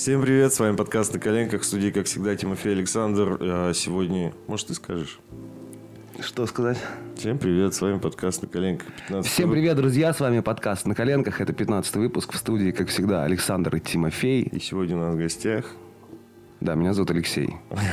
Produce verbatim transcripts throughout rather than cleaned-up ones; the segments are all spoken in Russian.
Всем привет, с вами подкаст «На коленках», в студии, как всегда, Тимофей, Александр. А сегодня, может, ты скажешь? Что сказать? Всем привет, с вами подкаст «На коленках». Всем привет, друзья, с вами подкаст «На коленках». Это пятнадцатый выпуск, в студии, как всегда, Александр и Тимофей. И сегодня у нас в гостях... Да, меня зовут Алексей.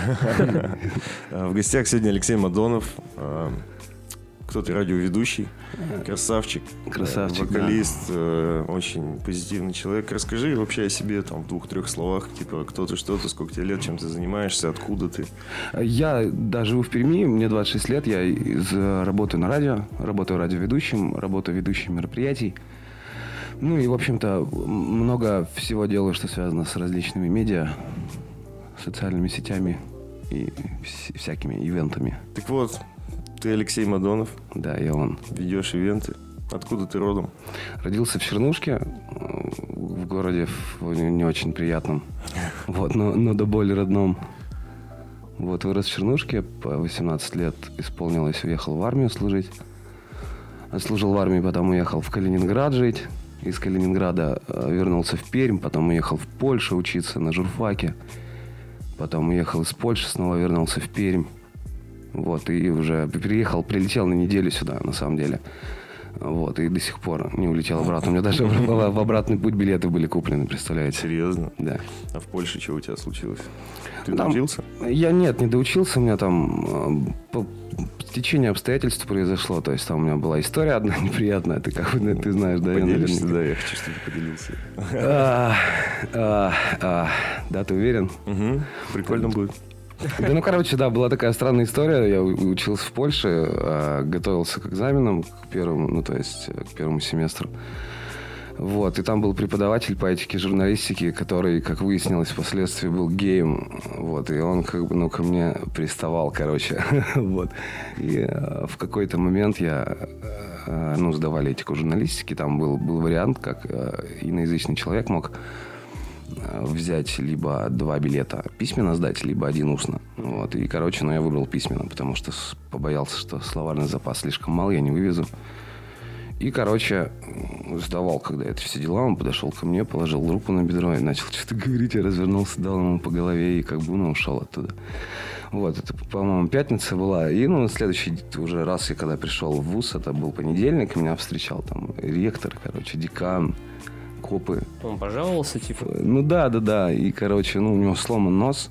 В гостях сегодня Алексей Мадонов. Кто-то радиоведущий, красавчик, красавчик, вокалист, да. Очень позитивный человек. Расскажи вообще о себе там в двух-трех словах, типа кто ты, что ты, сколько тебе лет, чем ты занимаешься, откуда ты. Я да, живу в Перми, мне двадцать шесть лет, я из, работаю на радио, работаю радиоведущим, работаю ведущим мероприятий. Ну и, в общем-то, много всего делаю, что связано с различными медиа, социальными сетями и всякими ивентами. Так вот, ты Алексей Мадонов. Да, я он. Ведешь ивенты. Откуда ты родом? Родился в Чернушке, в городе в не очень приятном, вот, но, но до боли родном. Вот, вырос в Чернушке, по восемнадцать лет исполнилось, уехал в армию служить. Служил в армии, потом уехал в Калининград жить. Из Калининграда вернулся в Пермь, потом уехал в Польшу учиться на журфаке. Потом уехал из Польши, снова вернулся в Пермь. Вот, и уже приехал, прилетел на неделю сюда, на самом деле. Вот, и до сих пор не улетел обратно. У меня даже в обратный путь билеты были куплены, представляете? Серьезно? Да. А в Польше что у тебя случилось? Ты там, доучился? Я нет, не доучился. У меня там по течению обстоятельств произошло. То есть там у меня была история одна неприятная. Ты как бы, ты знаешь, да? Поделишься, да, я хочу, чтобы ты поделился. Да, ты уверен? Прикольно будет. Да, ну, короче, да, была такая странная история. Я учился в Польше, готовился к экзаменам, к первому, ну, то есть к первому семестру. Вот, и там был преподаватель по этике журналистики, который, как выяснилось, впоследствии был геем. Вот, и он как бы, ну, ко мне приставал, короче. Вот. И в какой-то момент я, ну, сдавали этику журналистики, там был, был вариант, как иноязычный человек мог взять либо два билета письменно сдать, либо один устно. Вот. И, короче, ну, я выбрал письменно, потому что побоялся, что словарный запас слишком мал, я не вывезу. И, короче, сдавал, когда это все дела, он подошел ко мне, положил руку на бедро и начал что-то говорить. Я развернулся, дал ему по голове и как бы, ну, ушел оттуда. Вот, это, по-моему, пятница была. И, ну, следующий уже раз, я когда пришел в вуз, это был понедельник, меня встречал там ректор, короче, декан, копы. Он пожаловался, типа? Ну да, да, да. И, короче, ну, у него сломан нос.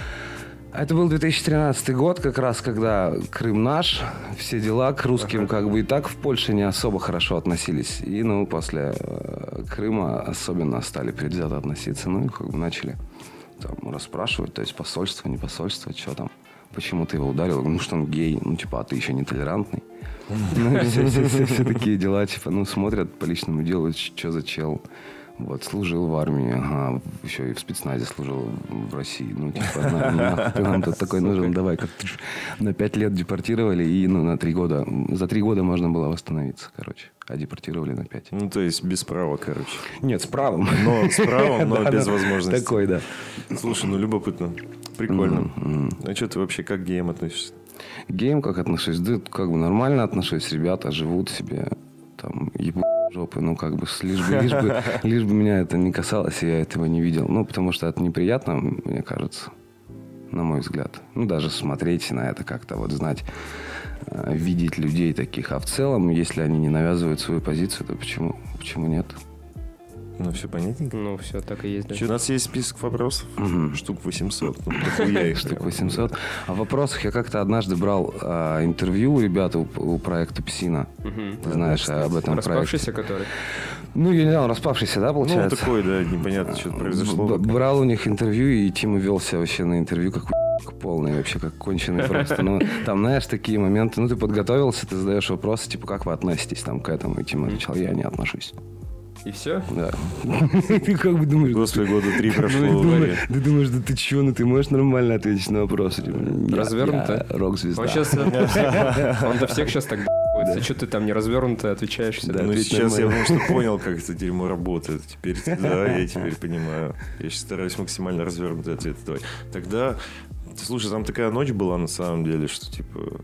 Это был две тысячи тринадцатый год, как раз когда Крым наш, все дела к русским ага. как бы и так в Польше не особо хорошо относились. И, ну, после э, Крыма особенно стали предвзято относиться. Ну, и как бы начали там расспрашивать, то есть посольство, не посольство, что там, почему ты его ударил, ну, что он гей, ну, типа, а ты еще не толерантный. Ну, все такие дела, типа, ну, смотрят по личному делу, что за чел. Вот, служил в армии, ага, еще и в спецназе служил в России. Ну, типа, нахуй ты нам тут такой нужен, давай, как на пять лет депортировали, и, ну, на три года, за три года можно было восстановиться, короче, а депортировали на пять. Ну, то есть без права, короче. Нет, с правом. Но с правом, но без возможности. Такой, да. Слушай, ну, любопытно, прикольно. А что ты вообще как к геям относишься? К геям как отношусь? Да, как бы нормально отношусь, ребята живут себе, там, ебут жопы, ну, как бы, лишь бы, лишь бы, лишь бы меня это не касалось, и я этого не видел. Ну, потому что это неприятно, мне кажется, на мой взгляд. Ну, даже смотреть на это как-то, вот, знать, видеть людей таких. А в целом, если они не навязывают свою позицию, то почему, почему нет? Ну, все понятненько. Ну, все так и есть, да. Что, у нас есть список вопросов? Угу. Штук восемьсот. Ну, дохуя их. Штук восемьсот. А в вопросах я как-то однажды брал а, интервью у ребят у, у проекта «Псина». Угу. Ты знаешь да, об этом проекте. Распавшийся который? Ну, я не знаю, он распавшийся, да, получается? Ну, такой, да, непонятно, что произошло. Б- брал у них интервью, и Тима велся вообще на интервью как полный, вообще как конченый просто. Ну, там, знаешь, такие моменты. Ну, ты подготовился, ты задаешь вопросы, типа, как вы относитесь там к этому? И Тима отвечал, я не отношусь. И все? Да. Ты как бы думаешь... Господи, года три прошло. Ты думаешь, да ты чё, ну ты можешь нормально ответить на вопросы? Развернуто? Рок-звезда. Он сейчас... Он-то всех сейчас так да. Что ты там не развернуто отвечаешь? Да, ну сейчас я потому что понял, как это дерьмо работает. Теперь, да, я теперь понимаю. Я сейчас стараюсь максимально развернутый ответ давать. Тогда, слушай, там такая ночь была на самом деле, что типа...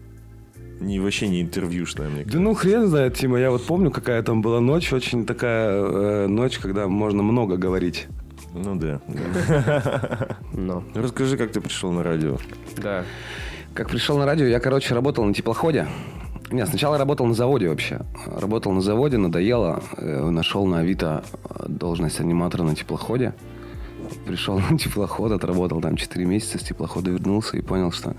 Не, вообще не интервьюшная, мне кажется. Да ну хрен знает, Тима. Я вот помню, какая там была ночь. Очень такая э, ночь, когда можно много говорить. Ну да. да. Но. Расскажи, как ты пришел на радио. Да. Как пришел на радио, я, короче, работал на теплоходе. Нет, сначала работал на заводе вообще. Работал на заводе, надоело. Нашел на Авито должность аниматора на теплоходе. Пришел на теплоход, отработал там четыре месяца, с теплохода вернулся и понял, что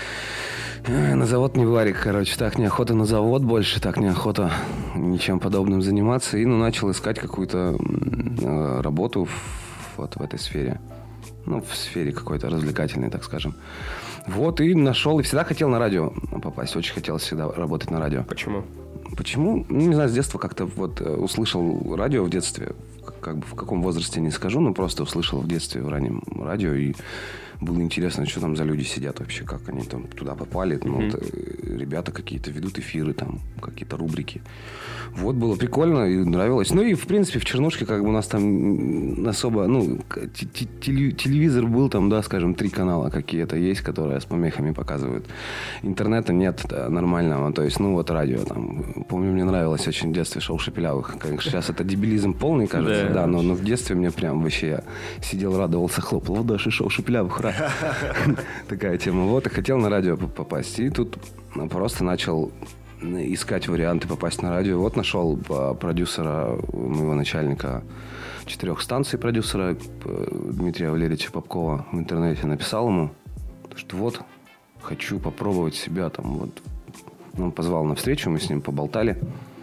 на завод не варик, короче. Так неохота на завод больше, так неохота ничем подобным заниматься. И ну, начал искать какую-то э, работу в, вот в этой сфере. Ну, в сфере какой-то развлекательной, так скажем. Вот, и нашел, и всегда хотел на радио попасть. Очень хотел всегда работать на радио. Почему? Почему? Ну, не знаю, с детства как-то вот услышал радио в детстве. Как бы в каком возрасте не скажу, но просто услышал в детстве в раннем радио. И было интересно, что там за люди сидят вообще, как они там туда попали. Ну, Mm-hmm. вот, ребята какие-то ведут эфиры, там какие-то рубрики. Вот, было прикольно и нравилось. Ну, и, в принципе, в Чернушке как бы у нас там особо, ну, телевизор был там, да, скажем, три канала какие-то есть, которые с помехами показывают. Интернета нет да, нормального, то есть, ну, вот радио там. Помню, мне нравилось очень в детстве шоу Шепелявых. Конечно, сейчас это дебилизм полный, кажется, да, но, но в детстве мне прям вообще я сидел, радовался, хлопал. Вот даже шоу Шепелявых, ура! Такая тема. Вот, и хотел на радио попасть. И тут просто начал искать варианты попасть на радио. Вот нашел продюсера, моего начальника четырех станций продюсера Дмитрия Валерьевича Попкова в интернете. Написал ему, что вот, хочу попробовать себя там вот. Он позвал на встречу, мы с ним поболтали.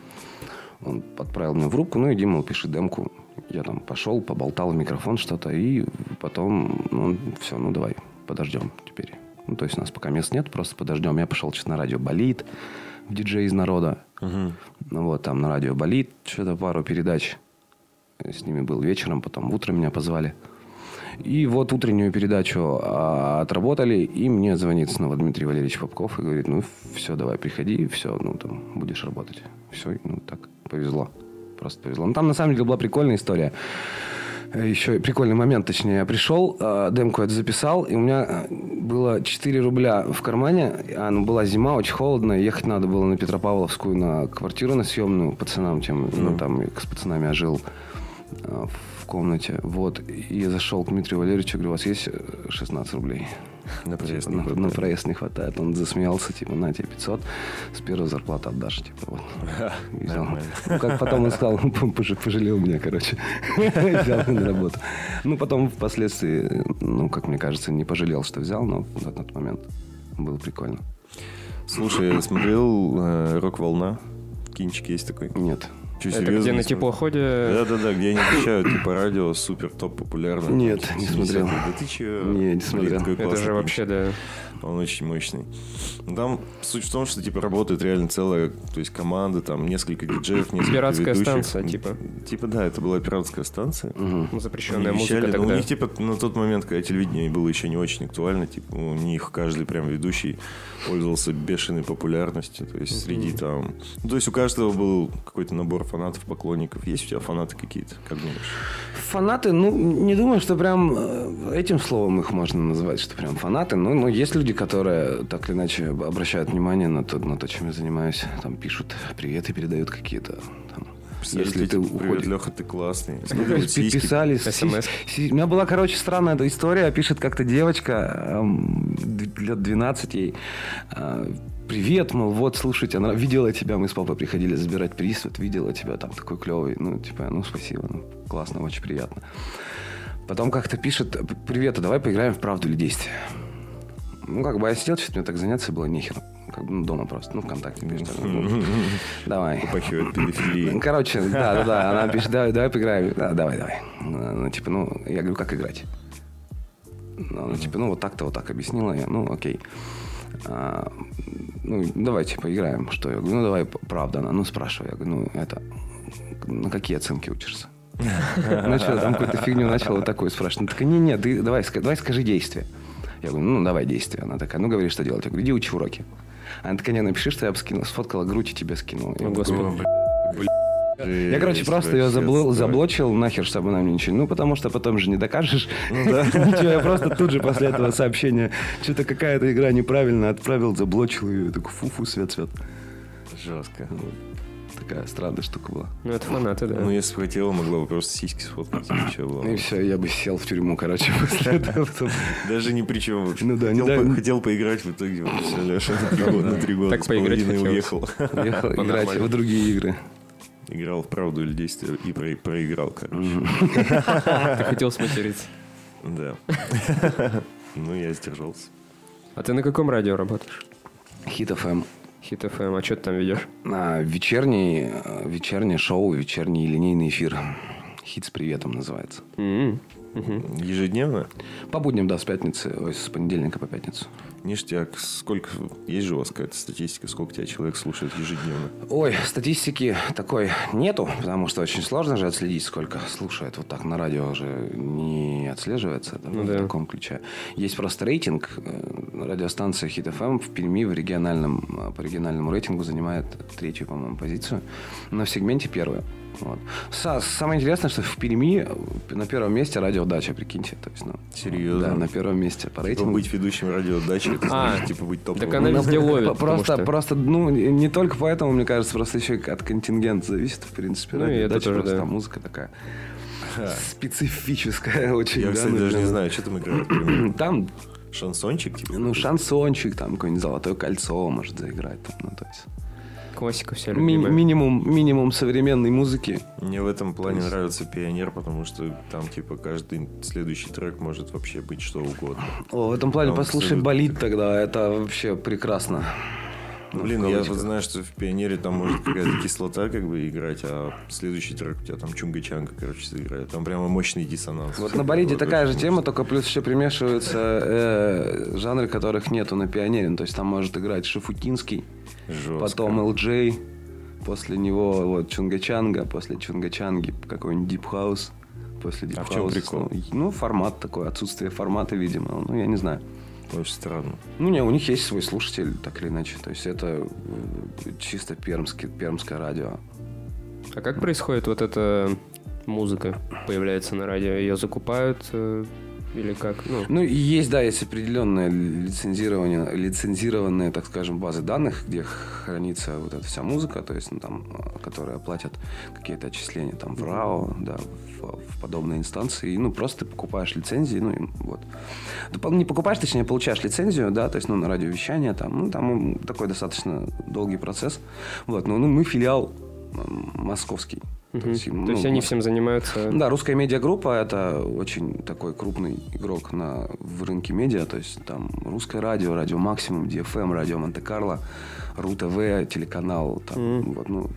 Он отправил меня в рубку, ну и Дима пишет демку. Я там пошел, поболтал в микрофон что-то, и потом, ну, все, ну давай, подождем теперь. Ну, то есть у нас пока мест нет, просто подождем. Я пошел что-то на радио «Болит», в диджей из народа. Uh-huh. Ну вот, там на радио «Болит», что-то пару передач. С ними был вечером, потом утром меня позвали. И вот утреннюю передачу а, отработали, и мне звонит снова Дмитрий Валерьевич Попков и говорит, ну, все, давай, приходи, все, ну, там, будешь работать. Все, ну, так, повезло. Просто повезло. Ну, там, на самом деле, была прикольная история. Еще прикольный момент, точнее. Я пришел, э, демку это записал, и у меня было четыре рубля в кармане. А, ну, была зима, очень холодно. Ехать надо было на Петропавловскую на квартиру на съемную пацанам, тем, mm. ну, там с пацанами я жил э, в комнате. Вот. И я зашел к Дмитрию Валерьевичу, говорю, у вас есть шестнадцать рублей? На проезд не на, хватает. На проезд не хватает. Он засмеялся, типа, на тебе пятьсот, с первой зарплаты отдашь, типа, вот. И взял. Ну, как потом он сказал, пожалел меня, короче. Взял на работу. Ну, потом впоследствии, ну, как мне кажется, не пожалел, что взял, но на тот момент было прикольно. Слушай, я смотрел э, «Рок-волна». Кинчик есть такой? Нет. Че, это серьезно, где на теплоходе? Да-да-да, где они вещают, типа радио, супер топ популярно. Нет, не смотрел. Да ты че? Не, не смотрел. Блин, Это же вообще, да. Он очень мощный. Там суть в том, что типа работает реально целая, то есть команда, там несколько диджеев, несколько пиратская ведущих. станция, типа. Типа, да, это была пиратская станция. Угу. Запрещенная Они музыка вещали, тогда. но у них типа на тот момент, когда телевидение было еще не очень актуально, типа у них каждый прям ведущий пользовался бешеной популярностью, то есть среди mm-hmm. там, ну, то есть у каждого был какой-то набор фанатов, поклонников. Есть у тебя фанаты какие-то, как думаешь? Фанаты, ну, не думаю, что прям этим словом их можно назвать, что прям фанаты. Ну, но есть люди, которые так или иначе обращают внимание на то, на то, чем я занимаюсь. Там пишут приветы, передают какие-то там. Если ты привет, уходишь... Леха, ты классный. Писали. СМС. У меня была, короче, странная эта история. Пишет как-то девочка, лет двенадцать ей. Привет, мол, вот, слушайте, она видела тебя, мы с папой приходили забирать приз, вот видела тебя там такой клевый. Ну, типа, ну, спасибо, ну, классно, очень приятно. Потом как-то пишет, привет, а давай поиграем в правду или действие. Ну, как бы я сидел, что-то мне так заняться было нехер. Как бы, ну, дома просто, ну, ВКонтакте пишет. Ну, давай. Попахивает педофилией. Короче, да-да-да, она пишет, давай, давай поиграем. Да, давай, давай. Ну, типа, ну, я говорю, как играть? Ну, типа, ну, вот так-то вот так объяснила я, ну, окей. А, ну, давай, типа, играем. Что? Я говорю, ну, давай, правда. Она, ну, спрашиваю. Я говорю, ну, это, на какие оценки учишься? Ну, что, там какую-то фигню начала вот такую спрашивать. Она такая, не-не, ты давай, давай скажи действие. Я говорю, ну, давай действие. Она такая, ну, говори, что делать. Я говорю, иди учи уроки. Она такая, не, напиши, что я бы скинула, сфоткала грудь и тебе скинула. О, Господи. Я, короче, просто ее забло- заблочил нахер, чтобы она мне ничего... Ну, потому что потом же не докажешь. Ну, да. Ничего, я просто тут же после этого сообщения что-то какая-то игра неправильно отправил, заблочил ее. Я такой, фу-фу, свет-свет. Жестко. такая странная штука была. Ну, это фанаты, да. Ну, если бы хотела, могла бы просто сиськи сфоткать. И ничего было. И все, я бы сел в тюрьму, короче, после этого. Даже ни при чем вообще. Ну да, хотел, не по- дай- хотел поиграть, в итоге вот, представляешь, на три года, на три года Так с поиграть половиной хотелось. уехал. Ехал играть По-нормальному. в другие игры. Играл в правду или действие и про- проиграл, короче. Ты хотел сматериться. Да. Ну, я сдержался. А ты на каком радио работаешь? Хит эф эм. Хит эф эм, а что ты там ведешь? А, вечерний, э, вечернее шоу, вечерний линейный эфир. Хит с приветом называется. М-м. Мгм. Ежедневно? По будням, да, с пятницы, ой, с понедельника по пятницу. Ништяк. Сколько... Есть же у вас какая-то статистика, сколько тебя человек слушает ежедневно? Ой, статистики такой нету, потому что очень сложно же отследить, сколько слушает. Вот так на радио уже не отслеживается да, Ну в да. таком ключе. Есть просто рейтинг. Э, Радиостанция Хит эф эм в Перми в региональном, э, по региональному рейтингу занимает третью, по-моему, позицию. Но в сегменте первую. Вот. Са- Самое интересное, что в Перми э, на первом месте радио «Дача», прикиньте. То есть, ну, Серьезно? Да, на первом месте по Типа рейтингу. быть ведущим радиодачи, это А, значит, типа быть топовым. так она везде ловит, П- потому Просто, что- просто, ну, не только поэтому, мне кажется, просто еще и от контингента зависит, в принципе. Ну, и это радиодача тоже, просто да. там музыка такая специфическая очень. Я, да, кстати, ну, даже не прям. знаю, что там играют. например. Там, Шансончик, типа? ну, шансончик, там какое-нибудь «Золотое кольцо» может заиграть. Там, ну, то есть Классика вся ми- любимая. минимум, минимум современной музыки. Мне в этом плане То есть- нравится «Пионер», потому что там, типа, каждый следующий трек может вообще быть что угодно. О, в этом плане Там послушай абсолютно «Болит» тогда, это вообще прекрасно. Ну, в блин, я кавычках. вот знаю, что в «Пионере» там может какая-то кислота как бы играть, а следующий трек у тебя там чунга-чанга, короче, заиграет. Там прямо мощный диссонанс. Вот на «Болиде» Вот такая очень же тема, мощно. только плюс еще примешиваются э, жанры, которых нету на «Пионере». Ну, то есть там может играть Шафутинский, Жестко. потом эл джей, после него вот Чунга-Чанга, после Чунга-Чанги какой-нибудь Deep House, после Deep А в чем House, прикол? Ну, ну, формат такой, отсутствие формата, видимо. Ну, я не знаю. Очень странно. Ну, не, у них есть свой слушатель, так или иначе. То есть это э, чисто пермский, пермское радио. А как происходит вот эта музыка, появляется на радио? Ее закупают э, или как? Ну, Ну, и есть, да, есть определенное лицензирование, лицензированные, так скажем, базы данных, где хранится вот эта вся музыка, то есть, ну, там, э, которые платят какие-то отчисления там в РАО, да, в, в подобные инстанции. И, ну, просто ты покупаешь лицензии, ну, и вот. Ты по- не покупаешь, точнее, получаешь лицензию, да, то есть, ну, на радиовещание, там, ну, там м, такой достаточно долгий процесс. Вот, но ну, мы филиал м, московский. мгм. То есть, То ну, есть они мос- всем занимаются... Да, русская медиагруппа — это очень такой крупный игрок на, в рынке медиа. То есть там русское радио, радио Максимум, ди эф эм, радио Монте-Карло, РУ-ТВ, телеканал. Там, Мгм. вот, ну,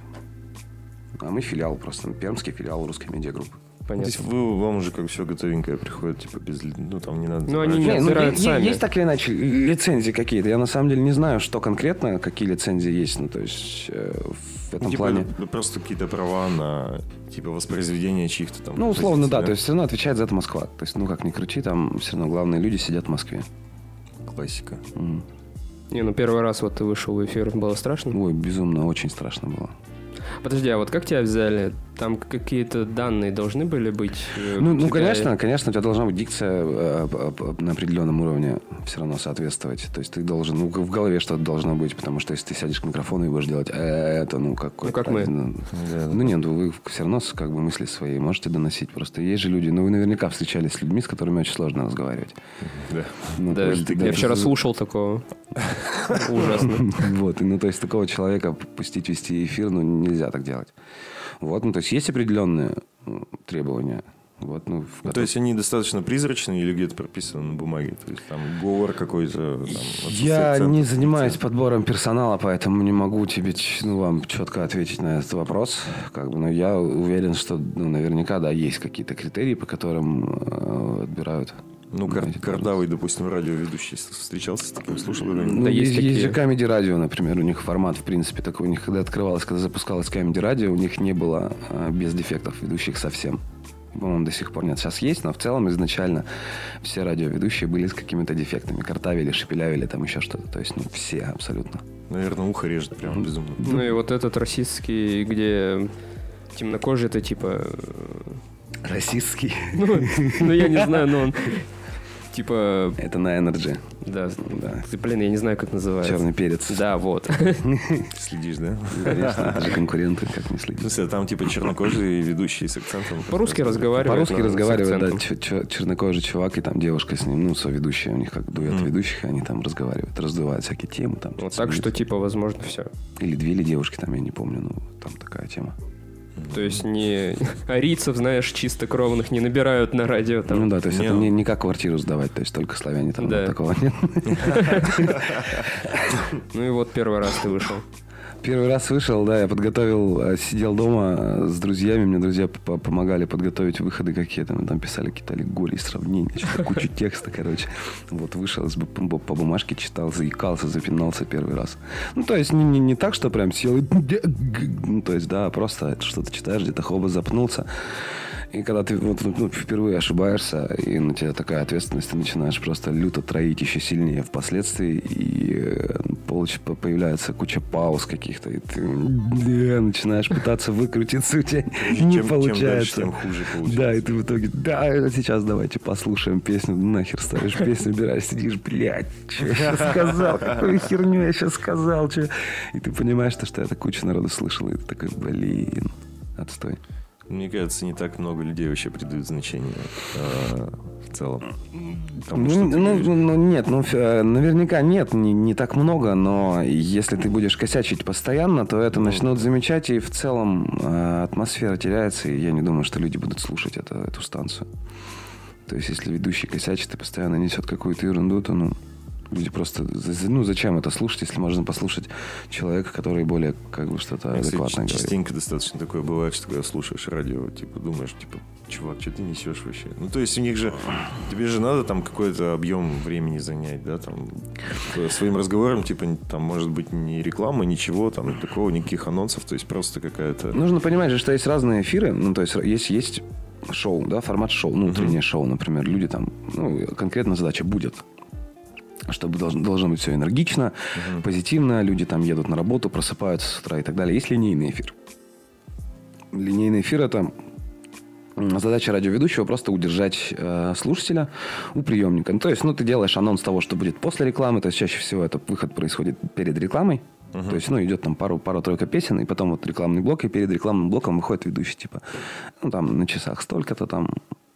а мы филиал просто, пермский филиал русской медиагруппы. То есть Понятно. вы, вам уже как все готовенькое приходит, типа, без... ли- Ну, там не надо... Ну, они заворачивать. не ну, отбирают е- сами. есть так или иначе лицензии какие-то. Я на самом деле не знаю, что конкретно, какие лицензии есть. Ну, то есть э, в этом Ну, типа, плане. ну, просто какие-то права на, типа, воспроизведение чьих-то там... Ну, условно, позиций, да. То есть все равно отвечает за это Москва. То есть, ну, как ни крути, там все равно главные люди сидят в Москве. Классика. М. Не, ну первый раз вот ты вышел в эфир, было страшно? Ой, безумно, очень страшно было. Подожди, а вот как тебя взяли? Там какие-то данные должны были быть? э, Ну, у ну тебя? конечно, конечно, у тебя должна быть дикция э, п- п- на определенном уровне все равно соответствовать. То есть ты должен, ну, в голове что-то должно быть, потому что если ты сядешь к микрофону и будешь делать «э, это, ну, какой Ну, как мы. Ну, Да, да. ну, нет, ну, вы все равно с- как бы мысли свои можете доносить. Просто есть же люди, ну, вы наверняка встречались с людьми, с которыми очень сложно разговаривать. Да. Ну, Да, то есть, я да, вчера ты- слушал такого. Ужасно. Вот, и, ну, то есть такого человека пустить вести эфир, ну, нельзя так делать. Вот, ну, то есть есть определенные ну, требования. Вот, ну, в Ну, то которых- есть они достаточно призрачные или где-то прописаны на бумаге? То есть там говор какой-то, там, отсутствие Я акцента. не занимаюсь подбором персонала, поэтому не могу тебе, ч- ну, вам четко ответить на этот вопрос. Как бы, но я уверен, что ну, наверняка, да, есть какие-то критерии, по которым э, отбирают. Ну, кар- Знаете, кардавый, допустим, радиоведущий встречался с таким, слушал когда-нибудь? Ну, Да, есть, есть есть такие. же Comedy Radio, например, у них формат, в принципе, такой. У них, когда открывалось, когда запускалось Comedy Radio, у них не было э, без дефектов ведущих совсем. По-моему, до сих пор нет. Сейчас есть, но в целом изначально все радиоведущие были с какими-то дефектами. Картавили, шепелявили, там еще что-то. То есть, ну, все абсолютно. Наверное, ухо режет прям безумно. Ну и вот этот расистский, где темнокожий, это типа... Российский. Ну, ну, я не знаю, но он... Типа... Это на Energy. Да. Да. Ты, блин, я не знаю, как называется. Черный перец. Да, вот. Следишь, да? Конечно, это же конкуренты, как не В следить. смысле, там типа чернокожие ведущие с акцентом. По-русски разговаривают. По-русски но с разговаривают, да, акцентом. ч- ч- чернокожий чувак и там девушка с ним, ну, соведущая, у них как дуэт Мгм. ведущих, и они там разговаривают, раздувают всякие темы. Там, Вот так что, типа, возможно, все. Или две или девушки, там, я не помню, ну, там такая тема. То есть не арийцев, знаешь, чистокровных не набирают на радио. Там. Ну да, то есть Не, это ну- не, не как квартиру сдавать, то есть только славяне там, Да. вот такого нет. Ну и вот первый раз ты вышел. Первый раз вышел, да, я подготовил, э, сидел дома э, с друзьями, мне друзья п- помогали подготовить выходы какие-то, мы там писали какие-то аллегории, сравнения, что-то кучу текста, короче. Вот вышел из б- по по бумажке, читал, заикался, запинался первый раз. Ну, то есть не, не, не так, что прям сел и... Ну, то есть, да, просто что-то читаешь, где-то хоба запнулся. И когда ты вот, ну, впервые ошибаешься, и на тебя такая ответственность, ты начинаешь просто люто троить еще сильнее впоследствии, и э, получ- по- появляется куча пауз каких-то, и ты да, начинаешь пытаться выкрутиться, у тебя Чем- не чем получается. дальше, тем хуже получается. Да, и ты в итоге, да, сейчас давайте послушаем песню, нахер ставишь песню, убираешь, сидишь, блядь, что я сейчас сказал, какую херню я сейчас сказал, чё? И ты понимаешь, что, что это куча народу слышала, и ты такой, блин, отстой. Мне кажется, не так много людей вообще придают значение э, в целом. Тому, Ну, что ты ну, говоришь. ну, ну, нет, ну, ф- наверняка нет, не, не так много, но если ты будешь косячить постоянно, то это Ну. начнут замечать, и в целом э, атмосфера теряется, и я не думаю, что люди будут слушать это, эту станцию. То есть, если ведущий косячит и постоянно несет какую-то ерунду, то, ну, люди просто... за- Ну, зачем это слушать, если можно послушать человека, который более, как бы, что-то Я, кстати, адекватное говорит. частенько достаточно такое бывает, что когда слушаешь радио, типа думаешь, типа, чувак, что ты несешь вообще? Ну, то есть у них же, тебе же надо там какой-то объем времени занять, да, там, своим разговором, типа, там, может быть, не реклама, ничего, там, такого, никаких анонсов, то есть просто какая-то... Нужно понимать же, что есть разные эфиры, ну, то есть есть, есть шоу, да, формат шоу, ну, утреннее шоу, например, люди там, ну, конкретно задача будет, чтобы должно, должно быть все энергично, Мгм. позитивно, люди там едут на работу, просыпаются с утра и так далее. Есть линейный эфир. Линейный эфир – это м, задача радиоведущего просто удержать э, слушателя у приемника. Ну, то есть, ну, ты делаешь анонс того, что будет после рекламы, то есть чаще всего этот выход происходит перед рекламой. Мгм. То есть, ну, идет там пару, пару-тройка песен, и потом вот рекламный блок, и перед рекламным блоком выходит ведущий, типа, ну, там, на часах столько-то, там,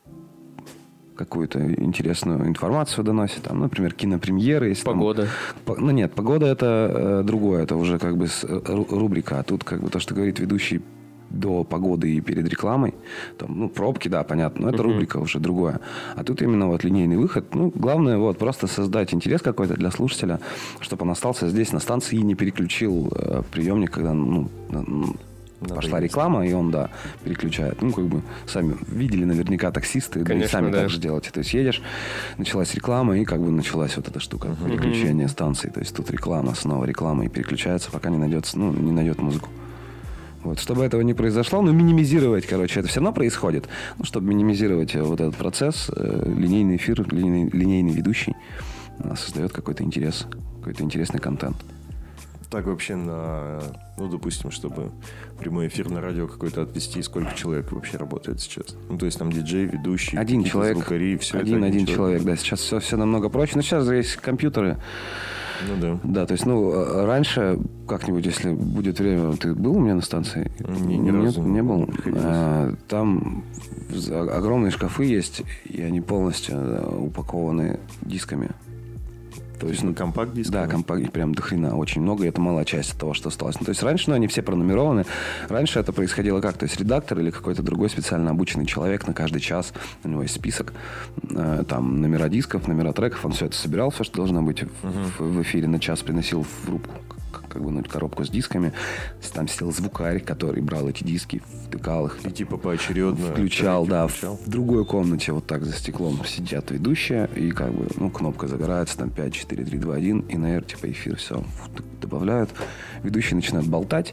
какую-то интересную информацию доносит, там, например, кинопремьеры. Если там- Погода. По- ну, нет, погода это э, другое, это уже как бы с- ру- рубрика, а тут как бы то, что говорит ведущий до погоды и перед рекламой, там, ну, пробки, да, понятно, но это Мгм. рубрика уже другое. А тут именно вот линейный выход, ну, главное вот просто создать интерес какой-то для слушателя, чтобы он остался здесь на станции и не переключил э, приемник, когда, ну, на- ну, Надо пошла есть. реклама, и он, да, переключает. Ну, как бы, сами видели наверняка таксисты, да и Конечно, сами да. так же делаете. То есть едешь, началась реклама, и как бы началась вот эта штука, переключение станции. То есть тут реклама, снова реклама, и переключается, пока не найдется, ну, не найдет музыку. Вот, чтобы этого не произошло, ну, минимизировать, короче, это все равно происходит. Ну, чтобы минимизировать э, вот этот процесс, э, линейный эфир, линейный, линейный ведущий э, создает какой-то интерес, какой-то интересный контент. Так вообще на, ну, допустим, чтобы прямой эфир на радио какой-то отвести, сколько человек вообще работает сейчас? Ну, то есть там диджей, ведущий, Один какие-то человек. звукари, все один, это один человек, да. Сейчас все, все намного проще. Но сейчас же есть компьютеры. Ну да. Да, то есть, ну, э, раньше как-нибудь, если будет время... Ты был у меня на станции? Не, ни Нет, разу не не был. приходилось. А, там з- огромные шкафы есть, и они полностью э, упакованы дисками. То есть, ну, компакт-диск? да, компакт прям до хрена очень много, и это малая часть того, что осталось. Ну, то есть раньше, ну, они все пронумерованы. Раньше это происходило как? То есть редактор или какой-то другой специально обученный человек на каждый час, у него есть список, э, там, номера дисков, номера треков, он все это собирал, все, что должно быть в, в эфире на час, приносил в рубку, как, как бы, ну, коробку с дисками. Там сидел звукарь, который брал эти диски, втыкал их, И типа поочередно... включал, треки да, включал. в, в другой комнате вот так за стеклом сидят ведущие, и как бы, ну, кнопка загорается, там пять, четыре, три, два, один, и, наверное, типа эфир, все, добавляют. Ведущий начинает болтать,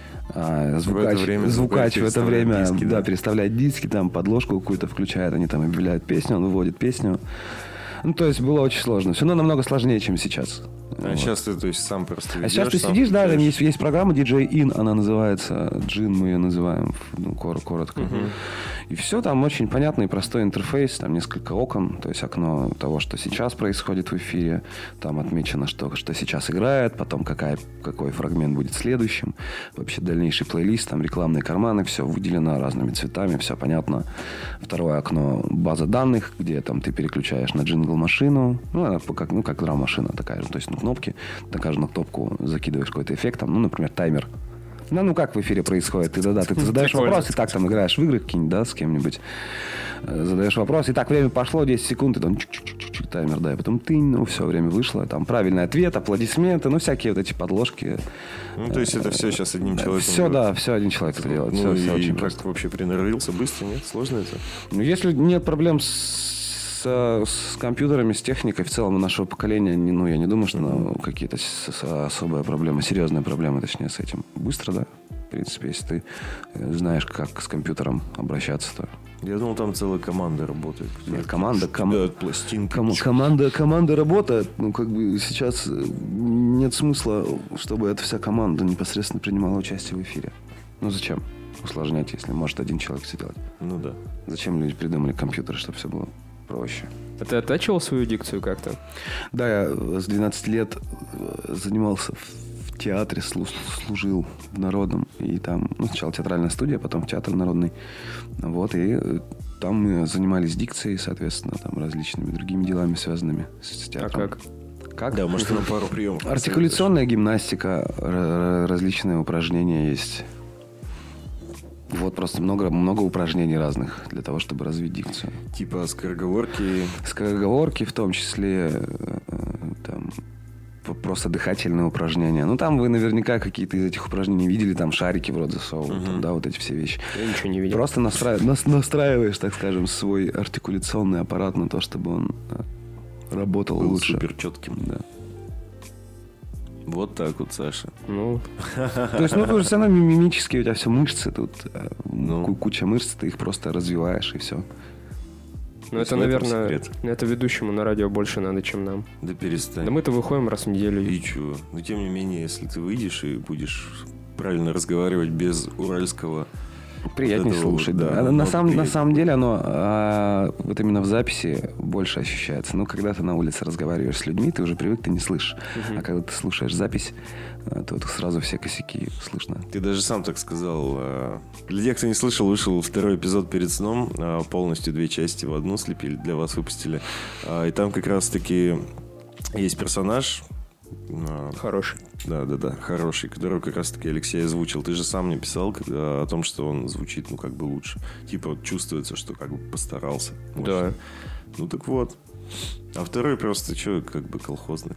а звукач, это время звукач в это звукач время переставляет диски, да, да. переставляет диски, там подложку какую-то включает, они там объявляют песню, он выводит песню. Ну, то есть было очень сложно. Все равно намного сложнее, чем сейчас. А вот. Сейчас ты, то есть, сам просто ведешь, А сейчас ты сидишь, да, есть, есть программа ди джей In, она называется, Джин мы ее называем, ну, коротко. Uh-huh. И все, там очень понятный и простой интерфейс, там несколько окон, то есть окно того, что сейчас происходит в эфире, там отмечено, что, что сейчас играет, потом какая, какой фрагмент будет следующим, вообще дальнейший плейлист, там рекламные карманы, все выделено разными цветами, все понятно. Второе окно — база данных, где там ты переключаешь на джингл-машину, ну, она как, ну, как драм-машина такая же, то есть, ну, кнопки, на каждую кнопку закидываешь какой-то эффект, там, ну, например, таймер. Ну, ну, как в эфире происходит? Ты, да, да, ты, ты задаешь вопрос, и так там играешь в игры какие-нибудь, да, с кем-нибудь. Задаешь вопрос, и так время пошло, десять секунд, и там чик-чик-чик-чик, таймер, да, и потом ты, ну, все, время вышло, там правильный ответ, аплодисменты, ну, всякие вот эти подложки. Ну, то есть это все сейчас одним человеком Все, делает. Да, все один человек это делает. Ну, все, и все очень как просто. Вообще приноровился быстро, нет? Сложно это? Ну, если нет проблем с С, с компьютерами, с техникой в целом у нашего поколения, ну, я не думаю, что ну, какие-то с, с, особые проблемы, серьезные проблемы, точнее, с этим. Быстро, да? В принципе, если ты знаешь, как с компьютером обращаться, то... Я думал, там целая команда работает. Нет, команда... Ком... пластинки. Ком... Команда, команда работает. Ну, как бы сейчас нет смысла, чтобы эта вся команда непосредственно принимала участие в эфире. Ну, зачем усложнять, если может один человек все делать? Ну, да. Зачем люди придумали компьютеры, чтобы все было проще? А ты оттачивал свою дикцию как-то? Да, я с двенадцати лет занимался в театре, служил в Народном. И там, ну, сначала театральная студия, потом в театр Народный. Вот, и там мы занимались дикцией, соответственно, там различными другими делами, связанными с театром. А как? Как? Да, может, на пару приемов. Артикуляционная гимнастика, различные упражнения есть. Вот просто много, много упражнений разных для того, чтобы развить дикцию. Типа скороговорки? Скороговорки, в том числе там, просто дыхательные упражнения. Ну, там вы наверняка какие-то из этих упражнений видели, там шарики в рот засовывают, uh-huh. там, да, вот эти все вещи. Я ничего не видел. Просто настраив... настраиваешь, так скажем, свой артикуляционный аппарат на то, чтобы он работал был лучше. Супер четким. Да. Вот так вот, Саша. Ну. То есть, ну, ты же все равно мимические, у тебя все мышцы тут, ну. Куча мышц, ты их просто развиваешь, и все. Ну, это, наверное, это ведущему на радио больше надо, чем нам. Да перестань. Да мы-то выходим раз в неделю. И чего? Но, тем не менее, если ты выйдешь и будешь правильно разговаривать без уральского... Приятнее вот слушать, вот, да. да. На, самом, на самом деле оно а, вот именно в записи больше ощущается. Ну, когда ты на улице разговариваешь с людьми, ты уже привык, ты не слышишь. Uh-huh. А когда ты слушаешь запись, то сразу все косяки слышно. Ты даже сам так сказал. Для тех, кто не слышал, вышел второй эпизод перед сном. Полностью две части в одну слепили, для вас выпустили. И там как раз-таки есть персонаж... Хороший. Да, да, да, хороший, которого как раз-таки Алексей озвучил. Ты же сам мне писал когда, о том, что он звучит, ну, как бы лучше. Типа, вот чувствуется, что как бы постарался. Да. Ну, так вот. А второй просто, что, как бы колхозный.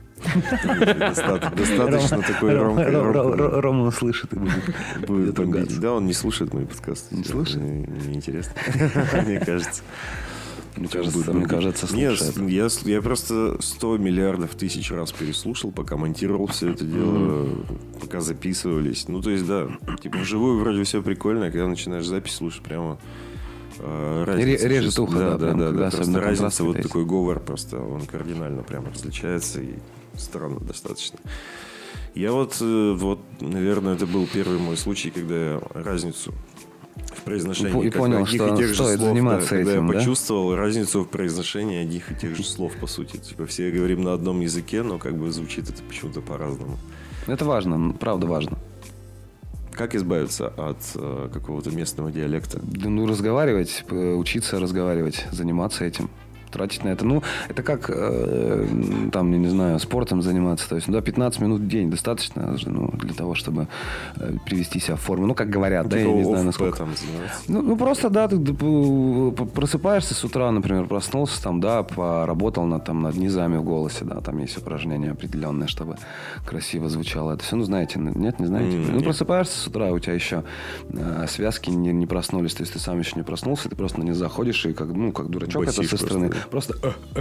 Достаточно такой Ромка. Рома услышит и будет бомбить. Да, он не слушает мои подкасты. Не слушает? Неинтересно, мне кажется. Мне кажется, мне кажется, слушает. Нет, я, я просто сто миллиардов тысяч раз переслушал, пока монтировал все это дело, mm-hmm. пока записывались. Ну, то есть, да, типа вживую вроде все прикольно, а когда начинаешь запись слушать, прямо э, разница. Режет ухо, да, да, да, да, да. Просто разница, вот есть. Такой говор просто, он кардинально прямо различается и странно достаточно. Я вот, вот, наверное, это был первый мой случай, когда я разницу в произношении и понял, одних что и тех же стоит слов, заниматься да, когда этим, я да? почувствовал разницу в произношении одних и тех же слов, по сути. Типа все говорим на одном языке, но как бы звучит это почему-то по-разному. Это важно, правда важно. Как избавиться от э, какого-то местного диалекта? Ну, разговаривать, учиться разговаривать, заниматься этим. Тратить на это. Ну, это как, э, там, я не знаю, спортом заниматься. То есть, ну, да, пятнадцать минут в день достаточно, ну, для того, чтобы э, привести себя в форму. Ну, как говорят, ну, да, я не знаю, насколько. Там ну, ну, просто, да, ты просыпаешься с утра, например, проснулся, там, да, поработал над, там, над низами в голосе, да, там есть упражнения определенные, чтобы красиво звучало это все. Ну, знаете, нет, не знаете? Mm, ну, нет. Просыпаешься с утра, у тебя еще э, связки не, не проснулись, то есть, ты сам еще не проснулся, ты просто на них заходишь и, как, ну, как дурачок это со стороны. Просто...